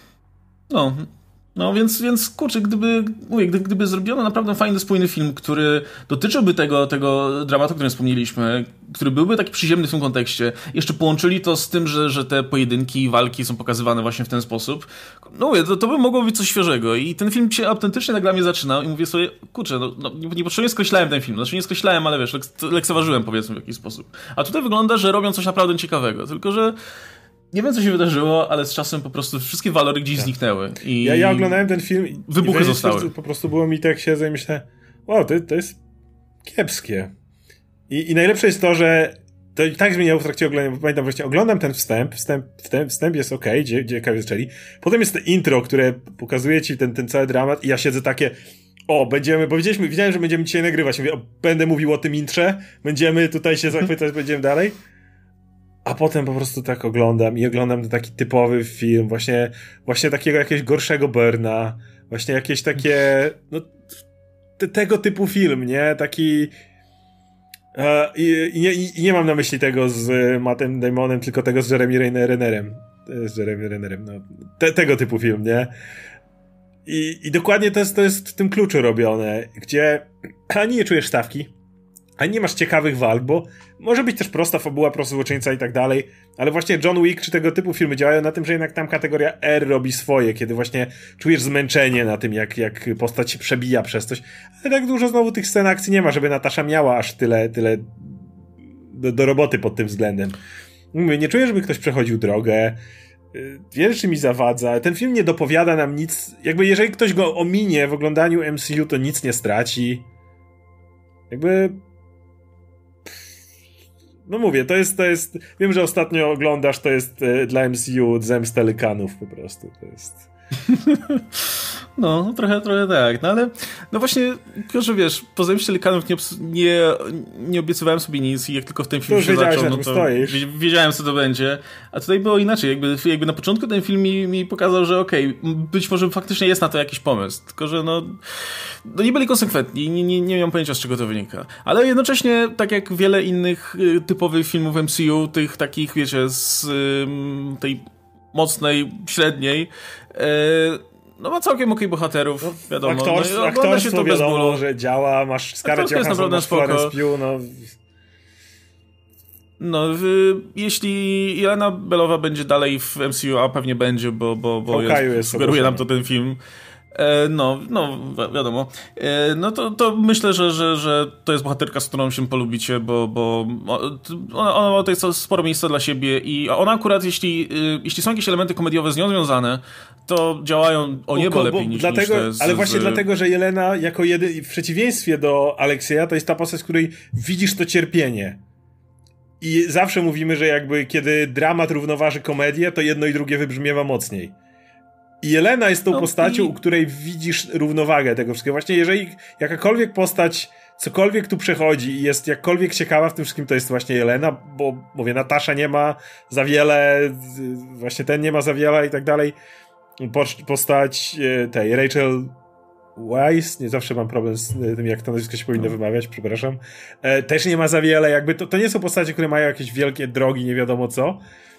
No, więc kurczę, gdyby zrobiono naprawdę fajny, spójny film, który dotyczyłby tego dramatu, o którym wspomnieliśmy, który byłby taki przyziemny w tym kontekście, jeszcze połączyli to z tym, że te pojedynki i walki są pokazywane właśnie w ten sposób, no mówię, to by mogło być coś świeżego i ten film się autentycznie tak dla mnie zaczynał i mówię sobie, kurczę, niepotrzebnie skreślałem ten film, znaczy nie skreślałem, ale wiesz, lekceważyłem, powiedzmy, w jakiś sposób. A tutaj wygląda, że robią coś naprawdę ciekawego, tylko że nie wiem, co się wydarzyło, ale z czasem po prostu wszystkie walory gdzieś zniknęły. I ja oglądałem ten film i wybuchy zostały. Po prostu było mi tak, siedzę i myślę, wow, to jest kiepskie. I najlepsze jest to, że to i tak zmieniało w trakcie oglądania, bo pamiętam właśnie, oglądam ten wstęp jest okej, gdzie zaczęli. Potem jest to intro, które pokazuje ci ten cały dramat i ja siedzę takie, bo wiedziałem, że będziemy dzisiaj nagrywać. Mówię, będę mówił o tym intrze, będziemy tutaj się zachwycać, będziemy dalej. A potem po prostu tak oglądam taki typowy film, właśnie takiego jakiegoś gorszego Burna, właśnie jakieś takie, no tego typu film, nie? Taki... I nie mam na myśli tego z Mattem Damonem, tylko tego z Jeremy Rennerem. No. Tego typu film, nie? I dokładnie to jest w tym kluczu robione, gdzie ani nie czujesz stawki, ani nie masz ciekawych walk, bo może być też prosta fabuła, prosty złoczyńca i tak dalej, ale właśnie John Wick czy tego typu filmy działają na tym, że jednak tam kategoria R robi swoje, kiedy właśnie czujesz zmęczenie na tym, jak postać się przebija przez coś, ale tak dużo znowu tych scen akcji nie ma, żeby Natasza miała aż tyle do roboty pod tym względem. Mówię, nie czuję, żeby ktoś przechodził drogę, wiele rzeczy mi zawadza, ten film nie dopowiada nam nic, jakby jeżeli ktoś go ominie w oglądaniu MCU, to nic nie straci. Jakby... No mówię, to jest... Wiem, że ostatnio oglądasz, to jest dla MCU zemsta Lykanów po prostu, to jest... No, trochę tak, no ale no właśnie, tylko że wiesz, po zemście Lykanów nie obiecywałem sobie nic i jak tylko w tym filmie się zaczął, no to wiedziałem, co to będzie, a tutaj było inaczej, jakby na początku ten film mi pokazał, że okej, być może faktycznie jest na to jakiś pomysł, tylko że no nie byli konsekwentni, nie mam pojęcia, z czego to wynika, ale jednocześnie, tak jak wiele innych typowych filmów MCU, tych takich, wiecie, z tej mocnej, średniej, no ma całkiem okej bohaterów, no, wiadomo. Aktorstwo to wiadomo, że działa, masz Scarlett Johansson, masz Florence Pugh, no... No, jeśli Jelena Belowa będzie dalej w MCU, a pewnie będzie, bo sugeruje nam to ten film, no, wiadomo. No to myślę, że to jest bohaterka, z którą się polubicie, bo ona ma tutaj sporo miejsca dla siebie i ona akurat, jeśli są jakieś elementy komediowe z nią związane, to działają o niebo lepiej niż te ale właśnie dlatego, że Jelena jako w przeciwieństwie do Aleksieja, to jest ta postać, z której widzisz to cierpienie. I zawsze mówimy, że jakby kiedy dramat równoważy komedię, to jedno i drugie wybrzmiewa mocniej. I Jelena jest tą postacią, u której widzisz równowagę tego wszystkiego. Właśnie jeżeli jakakolwiek postać cokolwiek tu przechodzi i jest jakkolwiek ciekawa w tym wszystkim, to jest właśnie Jelena, bo mówię, Natasza nie ma za wiele, właśnie ten nie ma za wiele i tak dalej. Postać tej Rachel Weisz, nie zawsze mam problem z tym, jak to nazwisko się powinno wymawiać, przepraszam, też nie ma za wiele, jakby to nie są postacie, które mają jakieś wielkie drogi, nie wiadomo co.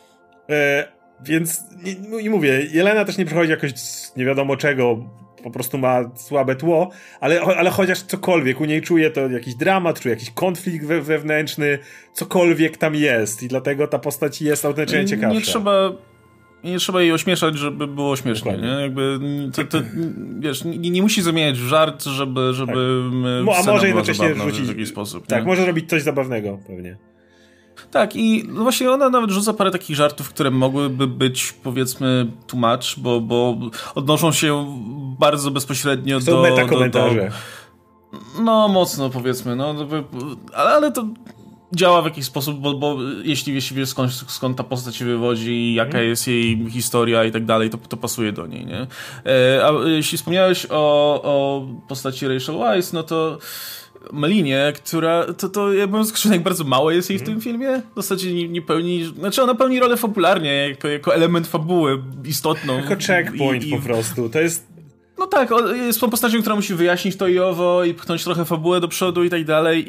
Więc i mówię, Jelena też nie przechodzi jakoś nie wiadomo czego, po prostu ma słabe tło, ale chociaż cokolwiek, u niej czuję to jakiś dramat, czuję jakiś konflikt wewnętrzny, cokolwiek tam jest i dlatego ta postać jest autentycznie ciekawsza. Nie trzeba jej ośmieszać, żeby było śmiesznie, nie? Jakby wiesz, nie musi zamieniać w żart, żeby tak. A może jednocześnie rzucić w jakiś sposób. Tak, może robić coś zabawnego pewnie. Tak, i właśnie ona nawet rzuca parę takich żartów, które mogłyby być, powiedzmy, too much, bo odnoszą się bardzo bezpośrednio do metakomentarze. No, mocno powiedzmy, no, ale to działa w jakiś sposób, bo jeśli wiesz skąd ta postać się wywodzi, jaka jest jej historia i tak dalej, to pasuje do niej, nie? A jeśli wspomniałeś o postaci Rachel Weisz, no to Melinie, która to ja byłem zaskoczony, jak bardzo mało jest jej w tym filmie. W zasadzie nie pełni, znaczy ona pełni rolę fabularnie, jako element fabuły istotną. Jako checkpoint po prostu, to jest... No tak, jest tą postacią, która musi wyjaśnić to i owo i pchnąć trochę fabułę do przodu i tak dalej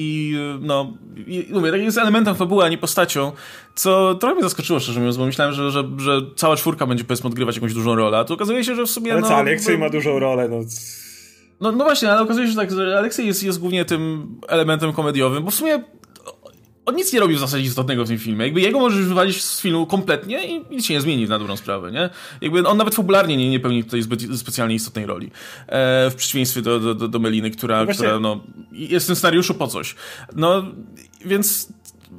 mówię, tak jest elementem fabuły, a nie postacią, co trochę mnie zaskoczyło, szczerze mówiąc, bo myślałem, że cała czwórka będzie, powiedzmy, odgrywać jakąś dużą rolę, a tu okazuje się, że w sumie... Ale co, Aleksiej ma dużą rolę, No właśnie, ale okazuje się, że Aleksiej jest głównie tym elementem komediowym, bo w sumie on nic nie robi w zasadzie istotnego w tym filmie. Jakby jego możesz wywalić z filmu kompletnie i nic się nie zmieni na dobrą sprawę, nie? Jakby on nawet fabularnie nie pełni tutaj specjalnie istotnej roli. W przeciwieństwie do Meliny, która jest w tym scenariuszu po coś. No, więc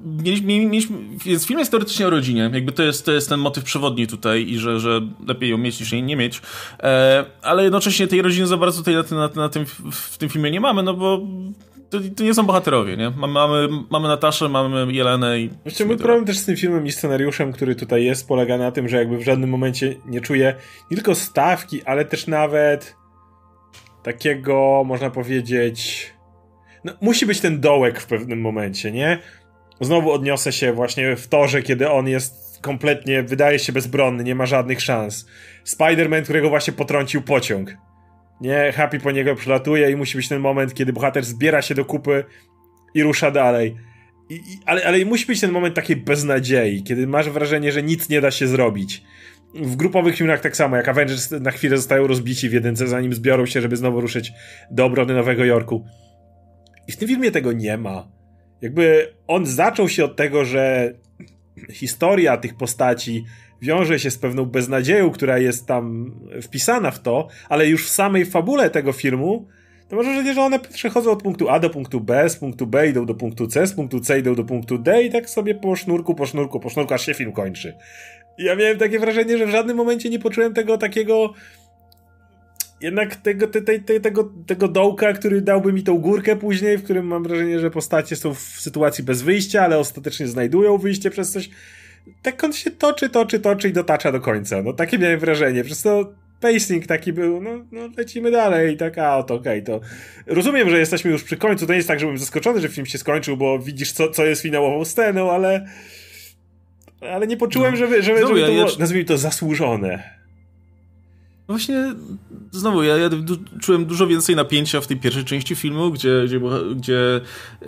więc film jest teoretycznie o rodzinie. Jakby to jest ten motyw przewodni tutaj i że lepiej ją mieć niż jej nie mieć. Ale jednocześnie tej rodziny za bardzo tutaj w tym filmie nie mamy, no bo to nie są bohaterowie, nie? Mamy Nataszę, mamy Jelenę i... Właściwie mój problem też z tym filmem i scenariuszem, który tutaj jest, polega na tym, że jakby w żadnym momencie nie czuję nie tylko stawki, ale też nawet takiego, można powiedzieć... No, musi być ten dołek w pewnym momencie, nie? Znowu odniosę się właśnie w torze, kiedy on jest kompletnie, wydaje się bezbronny, nie ma żadnych szans. Spider-Man, którego właśnie potrącił pociąg. Nie, Happy po niego przylatuje i musi być ten moment, kiedy bohater zbiera się do kupy i rusza dalej. Ale musi być ten moment takiej beznadziei, kiedy masz wrażenie, że nic nie da się zrobić. W grupowych filmach tak samo, jak Avengers na chwilę zostają rozbici w jedynce, zanim zbiorą się, żeby znowu ruszyć do obrony Nowego Jorku. I w tym filmie tego nie ma. Jakby on zaczął się od tego, że historia tych postaci wiąże się z pewną beznadzieją, która jest tam wpisana w to, ale już w samej fabule tego filmu to może powiedzieć, że one przechodzą od punktu A do punktu B, z punktu B idą do punktu C, z punktu C idą do punktu D i tak sobie po sznurku, aż się film kończy. I ja miałem takie wrażenie, że w żadnym momencie nie poczułem tego takiego jednak tego dołka, który dałby mi tą górkę później, w którym mam wrażenie, że postacie są w sytuacji bez wyjścia, ale ostatecznie znajdują wyjście przez coś. Tak on się toczy i dotacza do końca. No takie miałem wrażenie. Przez to pacing taki był, no lecimy dalej i tak, okej, to rozumiem, że jesteśmy już przy końcu, to nie jest tak, że byłem zaskoczony, że film się skończył, bo widzisz co jest finałową sceną, ale nie poczułem, żeby to było, nazwijmy to, zasłużone. No właśnie, znowu, ja czułem dużo więcej napięcia w tej pierwszej części filmu, gdzie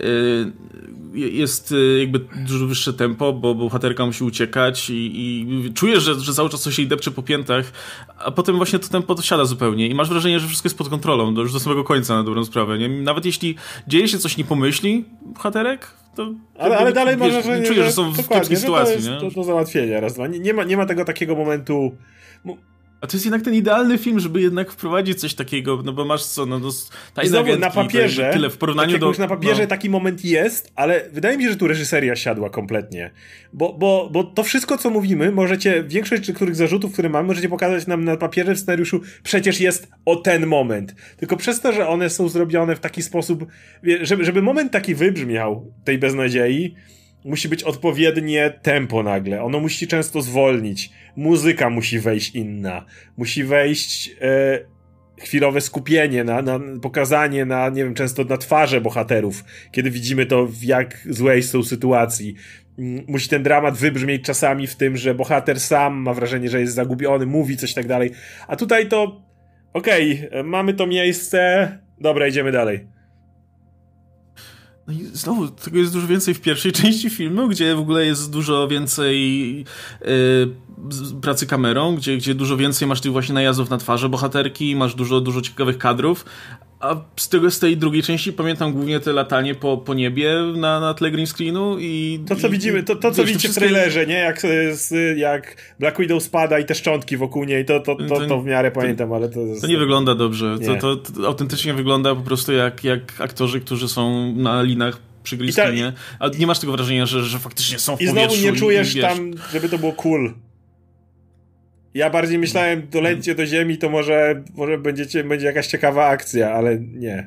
jest jakby dużo wyższe tempo, bo bohaterka musi uciekać i czujesz, że cały czas coś jej depcze po piętach, a potem właśnie to tempo dosiada zupełnie i masz wrażenie, że wszystko jest pod kontrolą, już do samego końca na dobrą sprawę. Nie? Nawet jeśli dzieje się coś nie pomyśli bohaterek, to ale dalej masz wrażenie, czujesz, że są w kiepskiej sytuacji. To jest do załatwienia, raz, dwa. Nie ma tego takiego momentu. A to jest jednak ten idealny film, żeby jednak wprowadzić coś takiego, no bo masz co, znowu na papierze, tyle w porównaniu tak na papierze taki moment jest, ale wydaje mi się, że tu reżyseria siadła kompletnie. Bo to wszystko, co mówimy, większość których zarzutów, które mamy, możecie pokazać nam na papierze w scenariuszu, przecież jest o ten moment. Tylko przez to, że one są zrobione w taki sposób, żeby moment taki wybrzmiał, tej beznadziei, musi być odpowiednie tempo nagle. Ono musi często zwolnić. Muzyka musi wejść inna. Musi wejść chwilowe skupienie, na pokazanie, nie wiem, często na twarze bohaterów, kiedy widzimy to, w jak złej są sytuacji. Musi ten dramat wybrzmieć czasami w tym, że bohater sam ma wrażenie, że jest zagubiony, mówi coś tak dalej. A tutaj to okej, mamy to miejsce, dobra, idziemy dalej. No i znowu, tego jest dużo więcej w pierwszej części filmu, gdzie w ogóle jest dużo więcej pracy kamerą, gdzie dużo więcej masz tych właśnie najazdów na twarze bohaterki, masz dużo ciekawych kadrów, a z tej drugiej części pamiętam głównie te latanie po niebie na tle green screenu i... To co widzimy, co widzicie w trailerze, nie? Jak Black Widow spada i te szczątki wokół niej, to w miarę pamiętam, ale to jest... To nie wygląda dobrze. To autentycznie wygląda po prostu jak aktorzy, którzy są na linach przy green screenie, a nie masz tego wrażenia, że faktycznie są w powietrzu. I znowu nie czujesz tam, żeby to było cool. Ja bardziej myślałem, dolećcie do ziemi, to może będzie jakaś ciekawa akcja, ale nie.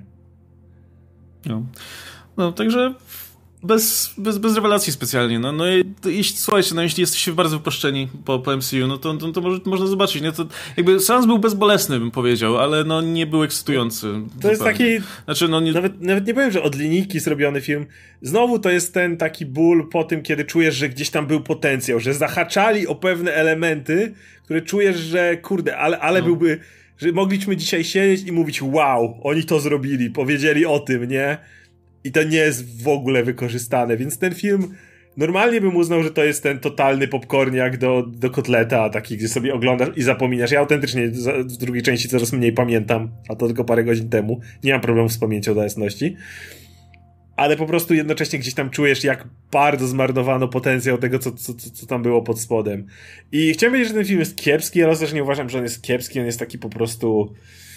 No także bez rewelacji specjalnie. Słuchajcie, jeśli jesteście bardzo wypuszczeni po MCU, to można zobaczyć. Nie? To jakby seans był bezbolesny, bym powiedział, ale nie był ekscytujący. To jest taki... Nawet nie powiem, że od linijki zrobiony film. Znowu to jest ten taki ból po tym, kiedy czujesz, że gdzieś tam był potencjał, że zahaczali o pewne elementy, które czujesz, że kurde, ale byłby... Że mogliśmy dzisiaj siedzieć i mówić wow, oni to zrobili, powiedzieli o tym, nie? I to nie jest w ogóle wykorzystane, więc ten film normalnie bym uznał, że to jest ten totalny popcorniak do kotleta, taki, gdzie sobie oglądasz i zapominasz. Ja autentycznie w drugiej części coraz mniej pamiętam, a to tylko parę godzin temu. Nie mam problemu z pamięcią dla jasności. Ale po prostu jednocześnie gdzieś tam czujesz, jak bardzo zmarnowano potencjał tego, co tam było pod spodem. I chciałem powiedzieć, że ten film jest kiepski, ale też nie uważam, że on jest kiepski, on jest taki po prostu...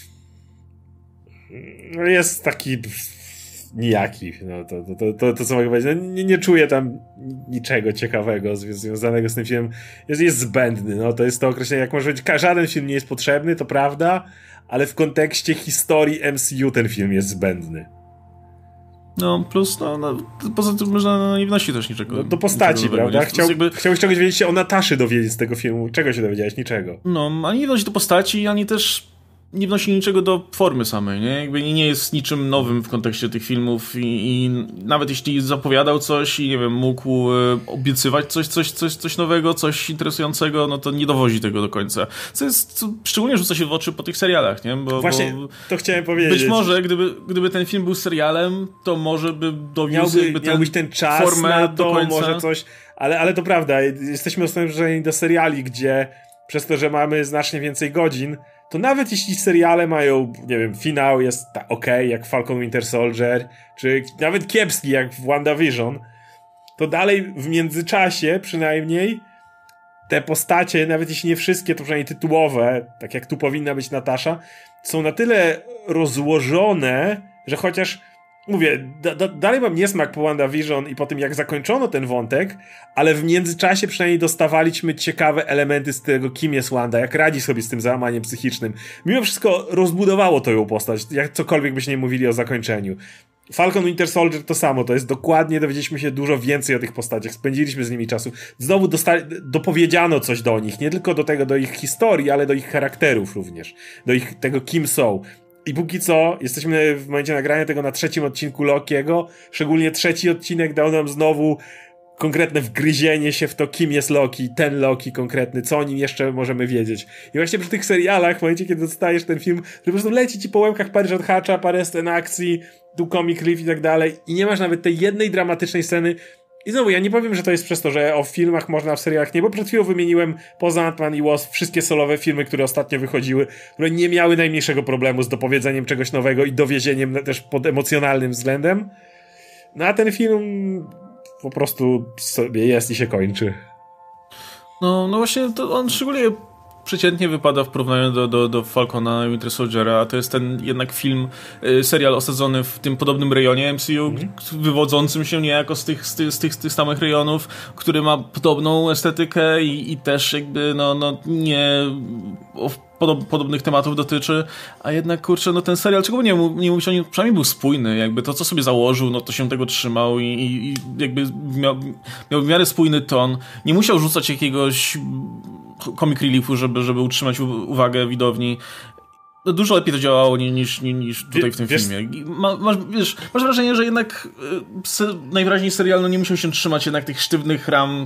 Jest taki... nijaki. To co mogę powiedzieć. Nie czuję tam niczego ciekawego związanego z tym filmem. Jest zbędny. To jest to określenie, jak może być. Żaden film nie jest potrzebny, to prawda, ale w kontekście historii MCU ten film jest zbędny. Plus, poza tym można nie wnosi też niczego. Do postaci, prawda? Chciałbyś czegoś wiedzieć się o Nataszy dowiedzieć z tego filmu. Czego się dowiedziałeś? Niczego. Ani nie wnosi do postaci, ani też nie wnosi niczego do formy samej, nie? Jakby nie jest niczym nowym w kontekście tych filmów i nawet jeśli zapowiadał coś i nie wiem, mógł obiecywać coś nowego, coś interesującego, no to nie dowozi tego do końca. Co szczególnie rzuca się w oczy po tych serialach, nie? Właśnie to chciałem powiedzieć. Być może gdyby ten film był serialem, to może by dowiózł miałbyś ten czas formę na do to, końca. może coś, ale to prawda, jesteśmy osądzeni do seriali, gdzie przez to, że mamy znacznie więcej godzin, to nawet jeśli seriale mają, nie wiem, finał jest okej, jak Falcon Winter Soldier, czy nawet kiepski, jak w WandaVision, to dalej w międzyczasie przynajmniej te postacie, nawet jeśli nie wszystkie, to przynajmniej tytułowe, tak jak tu powinna być Natasza, są na tyle rozłożone, że chociaż mówię, dalej mam niesmak po WandaVision i po tym, jak zakończono ten wątek, ale w międzyczasie przynajmniej dostawaliśmy ciekawe elementy z tego, kim jest Wanda, jak radzi sobie z tym załamaniem psychicznym. Mimo wszystko rozbudowało to ją postać, jak cokolwiek byśmy nie mówili o zakończeniu. Falcon Winter Soldier to samo, to jest dokładnie, dowiedzieliśmy się dużo więcej o tych postaciach, spędziliśmy z nimi czasu. Znowu dopowiedziano coś do nich, nie tylko do ich historii, ale do ich charakterów również, do ich tego, kim są. I póki co, jesteśmy w momencie nagrania tego na 3. odcinku Lokiego, szczególnie 3. odcinek dał nam znowu konkretne wgryzienie się w to, kim jest Loki, ten Loki konkretny, co o nim jeszcze możemy wiedzieć. I właśnie przy tych serialach, w momencie, kiedy dostajesz ten film, że po prostu leci ci po łemkach parę odhacza, parę scen akcji, tu comic relief i tak dalej, i nie masz nawet tej jednej dramatycznej sceny. I znowu, ja nie powiem, że to jest przez to, że o filmach można, w serialach nie, bo przed chwilą wymieniłem poza Ant-Man i Wasp wszystkie solowe filmy, które ostatnio wychodziły, które nie miały najmniejszego problemu z dopowiedzeniem czegoś nowego i dowiezieniem też pod emocjonalnym względem. No a ten film po prostu sobie jest i się kończy. No właśnie, to on szczególnie przeciętnie wypada w porównaniu do Falcona i Winter Soldiera, a to jest ten jednak serial osadzony w tym podobnym rejonie MCU, wywodzącym się niejako z tych samych rejonów, który ma podobną estetykę i też jakby nie podobnych tematów dotyczy, a jednak kurczę, ten serial, czego nie mówić o nim, przynajmniej był spójny, jakby to, co sobie założył, to się tego trzymał i jakby miał w miarę spójny ton, nie musiał rzucać jakiegoś comic reliefu, żeby utrzymać uwagę widowni. Dużo lepiej to działało niż tutaj w tym filmie. Masz wrażenie, że jednak najwyraźniej serial nie musiał się trzymać jednak tych sztywnych ram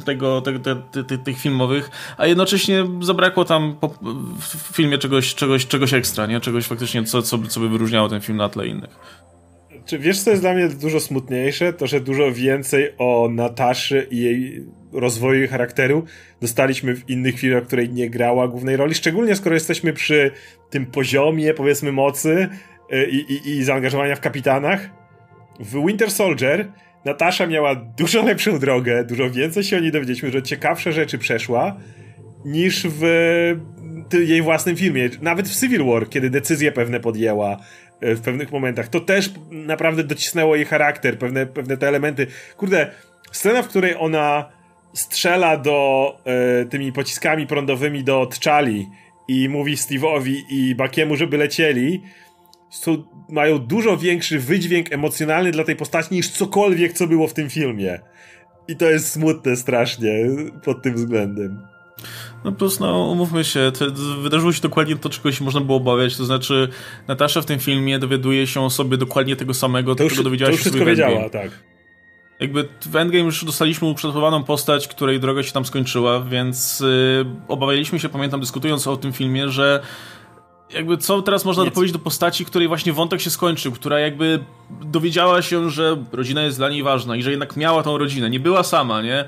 tych filmowych, a jednocześnie zabrakło tam w filmie czegoś ekstra, nie? Czegoś faktycznie, co by wyróżniało ten film na tle innych. Czy wiesz, co jest dla mnie dużo smutniejsze? To, że dużo więcej o Nataszy i jej rozwoju jej charakteru dostaliśmy w innych filmach, w której nie grała głównej roli, szczególnie skoro jesteśmy przy tym poziomie, powiedzmy, mocy i zaangażowania w kapitanach. W Winter Soldier Natasza miała dużo lepszą drogę, dużo więcej się o niej dowiedzieliśmy, dużo ciekawsze rzeczy przeszła niż w jej własnym filmie. Nawet w Civil War, kiedy decyzje pewne podjęła w pewnych momentach, to też naprawdę docisnęło jej charakter, pewne te elementy. Kurde, scena, w której ona strzela tymi pociskami prądowymi do T'Challi i mówi Steve'owi i Buckiemu, żeby lecieli, mają dużo większy wydźwięk emocjonalny dla tej postaci niż cokolwiek, co było w tym filmie. I to jest smutne strasznie pod tym względem. No plus, umówmy się, wydarzyło się dokładnie to, czego się można było obawiać, to znaczy Natasza w tym filmie dowiaduje się o sobie dokładnie tego samego, czego dowiedziała się sobie w Endgame. Wiedziała, tak. Jakby w Endgame już dostaliśmy ukształtowaną postać, której droga się tam skończyła, więc obawialiśmy się, pamiętam, dyskutując o tym filmie, że jakby co teraz można dopowiedzieć do postaci, której właśnie wątek się skończył, która jakby dowiedziała się, że rodzina jest dla niej ważna i że jednak miała tą rodzinę, nie była sama, nie?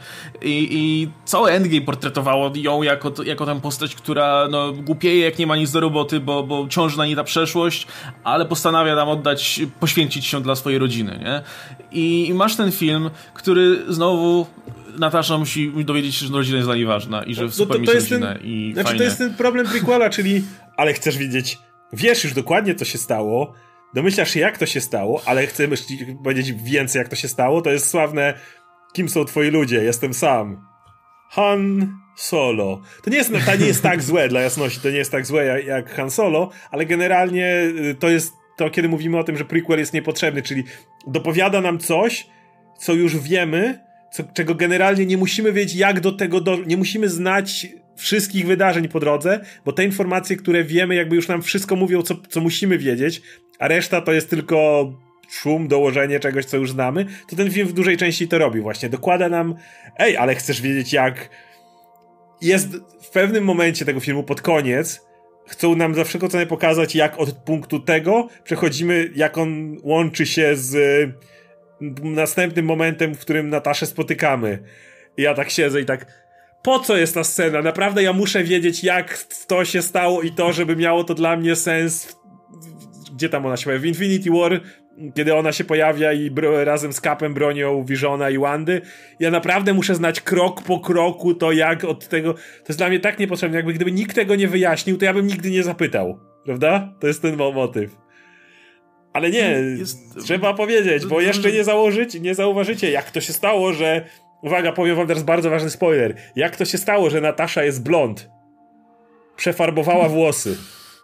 I całe Endgame portretowało ją jako tę postać, która głupieje, jak nie ma nic do roboty, bo ciąży na niej ta przeszłość, ale postanawia nam poświęcić się dla swojej rodziny, nie? I masz ten film, który znowu Natasza musi dowiedzieć się, że rodzina jest dla niej ważna i że super mieć rodzinę i fajnie. Znaczy to jest ten problem prequela, czyli ale chcesz wiedzieć, wiesz już dokładnie, co się stało, domyślasz się, jak to się stało, ale chcesz powiedzieć więcej, jak to się stało. To jest sławne, kim są twoi ludzie, jestem sam. Han Solo. To nie jest tak złe, dla jasności, to nie jest tak złe jak Han Solo, ale generalnie to jest to, kiedy mówimy o tym, że prequel jest niepotrzebny, czyli dopowiada nam coś, co już wiemy, czego generalnie nie musimy wiedzieć, jak do tego nie musimy znać wszystkich wydarzeń po drodze, bo te informacje, które wiemy, jakby już nam wszystko mówią, co musimy wiedzieć, a reszta to jest tylko szum, dołożenie czegoś, co już znamy, to ten film w dużej części to robi właśnie. Dokłada nam, ale chcesz wiedzieć jak... Jest w pewnym momencie tego filmu, pod koniec, chcą nam za wszelką cenę pokazać, jak od punktu tego przechodzimy, jak on łączy się z następnym momentem, w którym Nataszę spotykamy. I ja tak siedzę i tak, po co jest ta scena? Naprawdę ja muszę wiedzieć, jak to się stało i to, żeby miało to dla mnie sens. Gdzie tam ona się pojawia? W Infinity War, kiedy ona się pojawia i razem z Capem bronią Visiona i Wandy. Ja naprawdę muszę znać krok po kroku to, jak od tego... To jest dla mnie tak niepotrzebne. Jakby gdyby nikt tego nie wyjaśnił, to ja bym nigdy nie zapytał. Prawda? To jest ten motyw. Ale nie, trzeba powiedzieć, bo jeszcze nie zauważycie, jak to się stało, że... Uwaga, powiem wam teraz bardzo ważny spoiler. Jak to się stało, że Natasza jest blond? Przefarbowała włosy.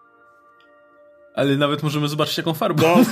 Ale nawet możemy zobaczyć, jaką farbę. No,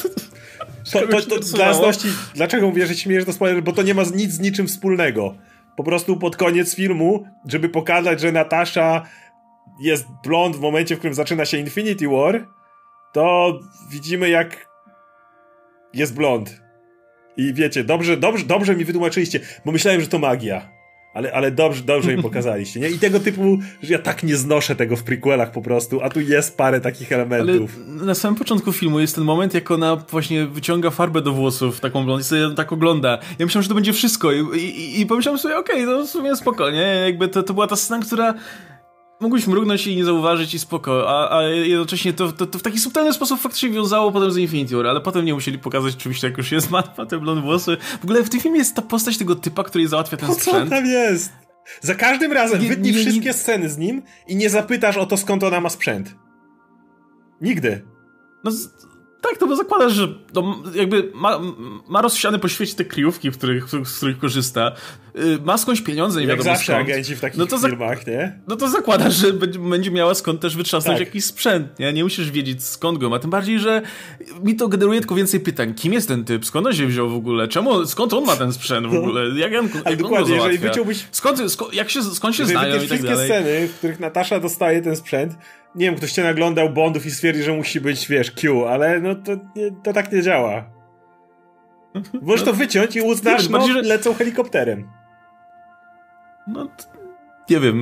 to dla jasności, dlaczego mówię, że śmiejesz to spoiler? Bo to nie ma nic z niczym wspólnego. Po prostu pod koniec filmu, żeby pokazać, że Natasza jest blond w momencie, w którym zaczyna się Infinity War, to widzimy, jak jest blond. I wiecie, dobrze mi wytłumaczyliście, bo myślałem, że to magia. Ale dobrze mi pokazaliście, nie? I tego typu, że ja tak nie znoszę tego w prequelach po prostu, a tu jest parę takich elementów. Ale na samym początku filmu jest ten moment, jak ona właśnie wyciąga farbę do włosów, taką blond, i sobie tak ogląda. Ja myślałem, że to będzie wszystko i pomyślałem sobie, okej, no w sumie spoko, nie? Jakby to była ta scena, która... Mógłbyś mrugnąć i nie zauważyć i spoko, a jednocześnie to w taki subtelny sposób faktycznie wiązało potem z Infinity War, ale potem nie musieli pokazać oczywiście, jak już jest ma te blond włosy. W ogóle w tym filmie jest ta postać tego typa, który załatwia ten sprzęt. Co tam jest? Za każdym razem wytnij wszystkie sceny z nim i nie zapytasz o to, skąd ona ma sprzęt. Nigdy. No tak, to bo zakładasz, że to jakby ma rozsiane po świecie te kryjówki, z których korzysta. Ma skądś pieniądze, nie jak wiadomo zawsze skąd. agenci w takich firmach, nie? No to zakładasz, że będzie miała skąd też wytrzasnąć jakiś sprzęt, nie? Nie musisz wiedzieć, skąd go ma. Tym bardziej, że mi to generuje tylko więcej pytań. Kim jest ten typ? Skąd on się wziął w ogóle? Skąd on ma ten sprzęt w ogóle? Jak on dokładnie, go jeżeli wyciąłbyś... Skąd się znają i tak wszystkie dalej. sceny, w których Natasza dostaje ten sprzęt, nie wiem, ktoś cię naglądał Bondów i stwierdzi, że musi być, wiesz, Q, ale no to tak nie działa. Możesz to wyciąć i uznasz, że lecą helikopterem. No, nie wiem.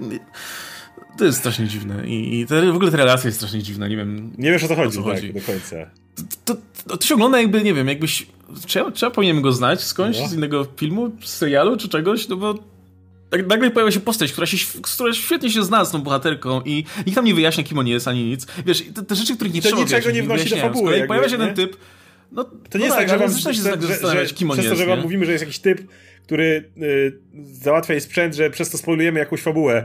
To jest strasznie dziwne. I w ogóle ta relacja jest strasznie dziwna. Nie wiem. Nie wiesz, o co chodzi, tak, do końca. To się ogląda jakby, nie wiem, jakbyś... Trzeba powinienem go znać skądś, z innego filmu, z serialu czy czegoś, no bo tak nagle pojawia się postać, która świetnie się zna z tą bohaterką i nikt tam nie wyjaśnia, kim on jest, ani nic. Wiesz, te rzeczy, których nie trzeba niczego nie wnosi do fabuły. Jak pojawia się ten typ, no to nie jest tak, że wam zastanawiać, kim on przez jest. To, że wam mówimy, że jest jakiś typ, który załatwia jej sprzęt, że przez to spoilujemy jakąś fabułę.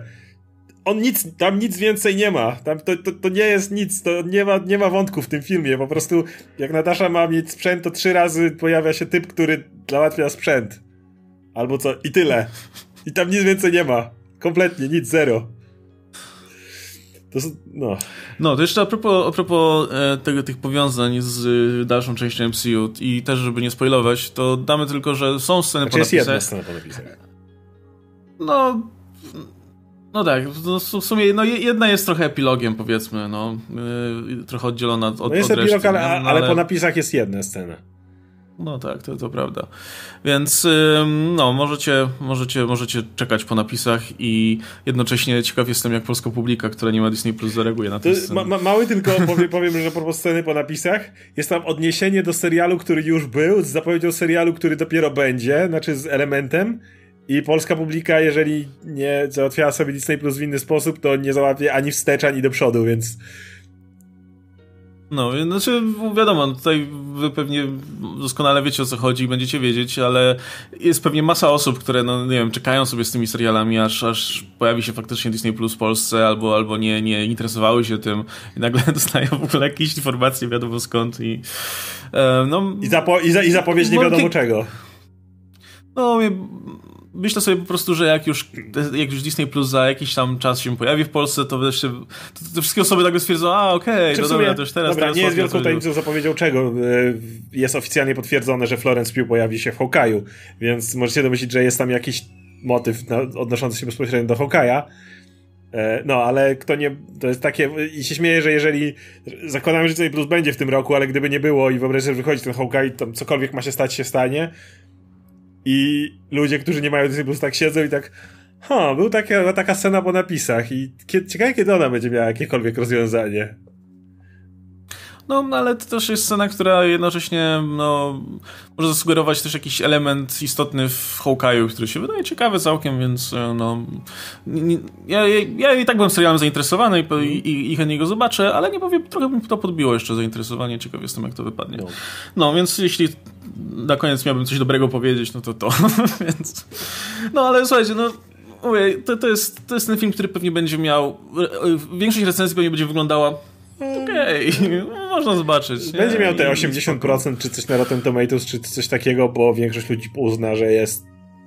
Tam nic więcej nie ma. Tam to nie jest nic, to nie ma wątku w tym filmie. Po prostu jak Natasza ma mieć sprzęt, to 3 razy pojawia się typ, który załatwia sprzęt. Albo co, i tyle. I tam nic więcej nie ma. Kompletnie, nic, zero. No, to jeszcze a propos tych powiązań z dalszą częścią MCU i też, żeby nie spoilować, to damy tylko, że są sceny po napisach. Jest jedna scena po napisach. No tak, w sumie jedna jest trochę epilogiem, powiedzmy, trochę oddzielona od jest reszty. Epilog, ale po napisach jest jedna scena. No tak, to prawda. Więc możecie czekać po napisach i jednocześnie ciekaw jestem, jak polska publika, która nie ma Disney Plus, zareaguje na tę scenę. Mały tylko powiem, że propos sceny po napisach, jest tam odniesienie do serialu, który już był, z zapowiedzią serialu, który dopiero będzie, znaczy z elementem. I polska publika, jeżeli nie załatwiała sobie Disney Plus w inny sposób, to nie załatwia ani wstecz, ani do przodu, więc... No, znaczy wiadomo, tutaj wy pewnie doskonale wiecie, o co chodzi i będziecie wiedzieć, ale jest pewnie masa osób, które, nie wiem, czekają sobie z tymi serialami, aż pojawi się faktycznie Disney Plus w Polsce, albo nie interesowały się tym i nagle dostają w ogóle jakieś informacje, wiadomo skąd i... I zapowiedź nie wiadomo czego. No, myślę sobie po prostu, że jak już Disney Plus za jakiś tam czas się pojawi w Polsce, to wreszcie te wszystkie osoby nagle stwierdzą, dobra, to już teraz... Dobra, nie jest wielką tajemnicą zapowiedzią czego. Jest oficjalnie potwierdzone, że Florence Pugh pojawi się w Hawkeye'u, więc możecie domyślić, że jest tam jakiś motyw odnoszący się bezpośrednio do Hawkeye'a. No, ale kto nie... To jest takie... I się śmieję, że jeżeli... Zakładamy, że Disney Plus będzie w tym roku, ale gdyby nie było i wyobraź sobie, że wychodzi ten Hawkeye, tam cokolwiek ma się stać, się stanie. I ludzie, którzy nie mają Disney Plus, tak siedzą i tak... była taka scena po napisach i ciekawe, kiedy ona będzie miała jakiekolwiek rozwiązanie. No, ale to też jest scena, która jednocześnie może zasugerować też jakiś element istotny w Hawkeye'u, który się wydaje ciekawy całkiem, więc ja i tak byłem serialem zainteresowany i chętnie go zobaczę, ale nie powiem, trochę mi to podbiło jeszcze zainteresowanie, ciekaw jestem, jak to wypadnie. No, więc jeśli na koniec miałbym coś dobrego powiedzieć, no to więc... No, ale słuchajcie, mówię, to jest ten film, który pewnie będzie miał... Większość recenzji pewnie będzie wyglądała okej, można zobaczyć. Będzie miał te 80% czy coś na Rotten Tomatoes, czy coś takiego, bo większość ludzi uzna, że jest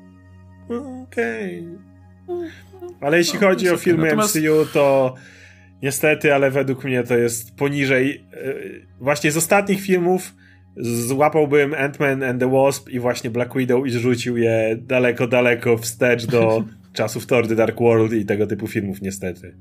okej. Ale jeśli chodzi o filmy MCU, to niestety, ale według mnie to jest poniżej. Właśnie z ostatnich filmów złapałbym Ant-Man and the Wasp i właśnie Black Widow i zrzucił je daleko, daleko wstecz do czasów Thor The Dark World i tego typu filmów, niestety.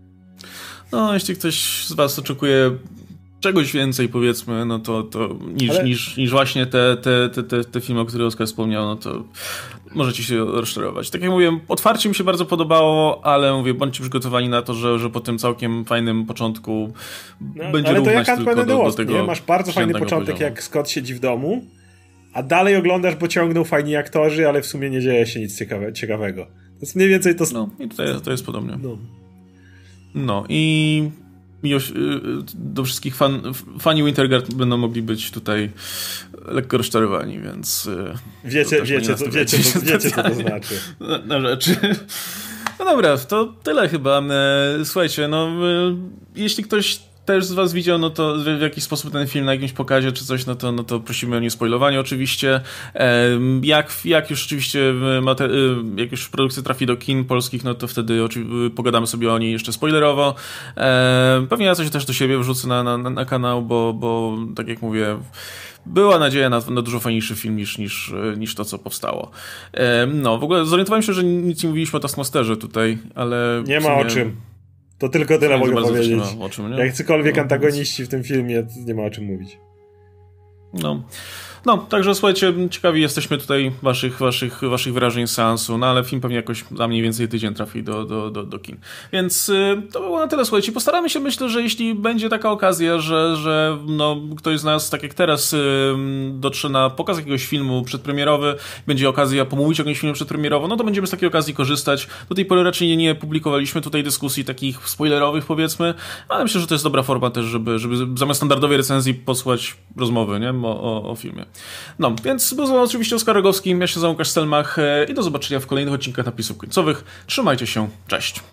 No, jeśli ktoś z was oczekuje czegoś więcej, powiedzmy, no to niż właśnie te filmy, o których Oskar wspomniał, no to możecie się rozczarować. Tak jak mówię, otwarcie mi się bardzo podobało, ale mówię, bądźcie przygotowani na to, że po tym całkiem fajnym początku będzie równać tylko do tego. Nie? Masz bardzo fajny początek, poziomu. Jak Scott siedzi w domu, a dalej oglądasz, bo ciągną fajni aktorzy, ale w sumie nie dzieje się nic ciekawego. To jest mniej więcej to... No i tutaj to jest podobnie. No i do wszystkich fani Winterguard będą mogli być tutaj lekko rozczarowani, więc... Wiecie co to znaczy. Na rzeczy. No dobra, to tyle chyba. Słuchajcie, jeśli ktoś też z was widział, no to w jakiś sposób ten film na jakimś pokazie czy coś, no to prosimy o niespoilowanie oczywiście. Jak już oczywiście jak już produkcja trafi do kin polskich, no to wtedy pogadamy sobie o niej jeszcze spoilerowo. Pewnie ja coś też do siebie wrzucę na kanał, bo tak jak mówię, była nadzieja na dużo fajniejszy film niż to, co powstało. W ogóle zorientowałem się, że nic nie mówiliśmy o Taskmasterze tutaj, ale... Nie ma o czym. To tylko tyle mogę powiedzieć. Czym, jak cokolwiek antagoniści w tym filmie, nie ma o czym mówić. No, także słuchajcie, ciekawi jesteśmy tutaj waszych wyrażeń z seansu, no ale film pewnie jakoś za mniej więcej tydzień trafi do kin. Więc to było na tyle, słuchajcie. Postaramy się, myślę, że jeśli będzie taka okazja, że ktoś z nas, tak jak teraz, dotrze na pokaz jakiegoś filmu przedpremierowy, będzie okazja pomówić o jakimś filmie przedpremierowo, no to będziemy z takiej okazji korzystać. Do tej pory raczej nie publikowaliśmy tutaj dyskusji takich spoilerowych, powiedzmy, ale myślę, że to jest dobra forma też, żeby zamiast standardowej recenzji posłać rozmowy, nie? O filmie. No, więc był z wami oczywiście Oskar Rogowski, ja się nazywam Łukasz Stelmach i do zobaczenia w kolejnych odcinkach napisów końcowych. Trzymajcie się, cześć!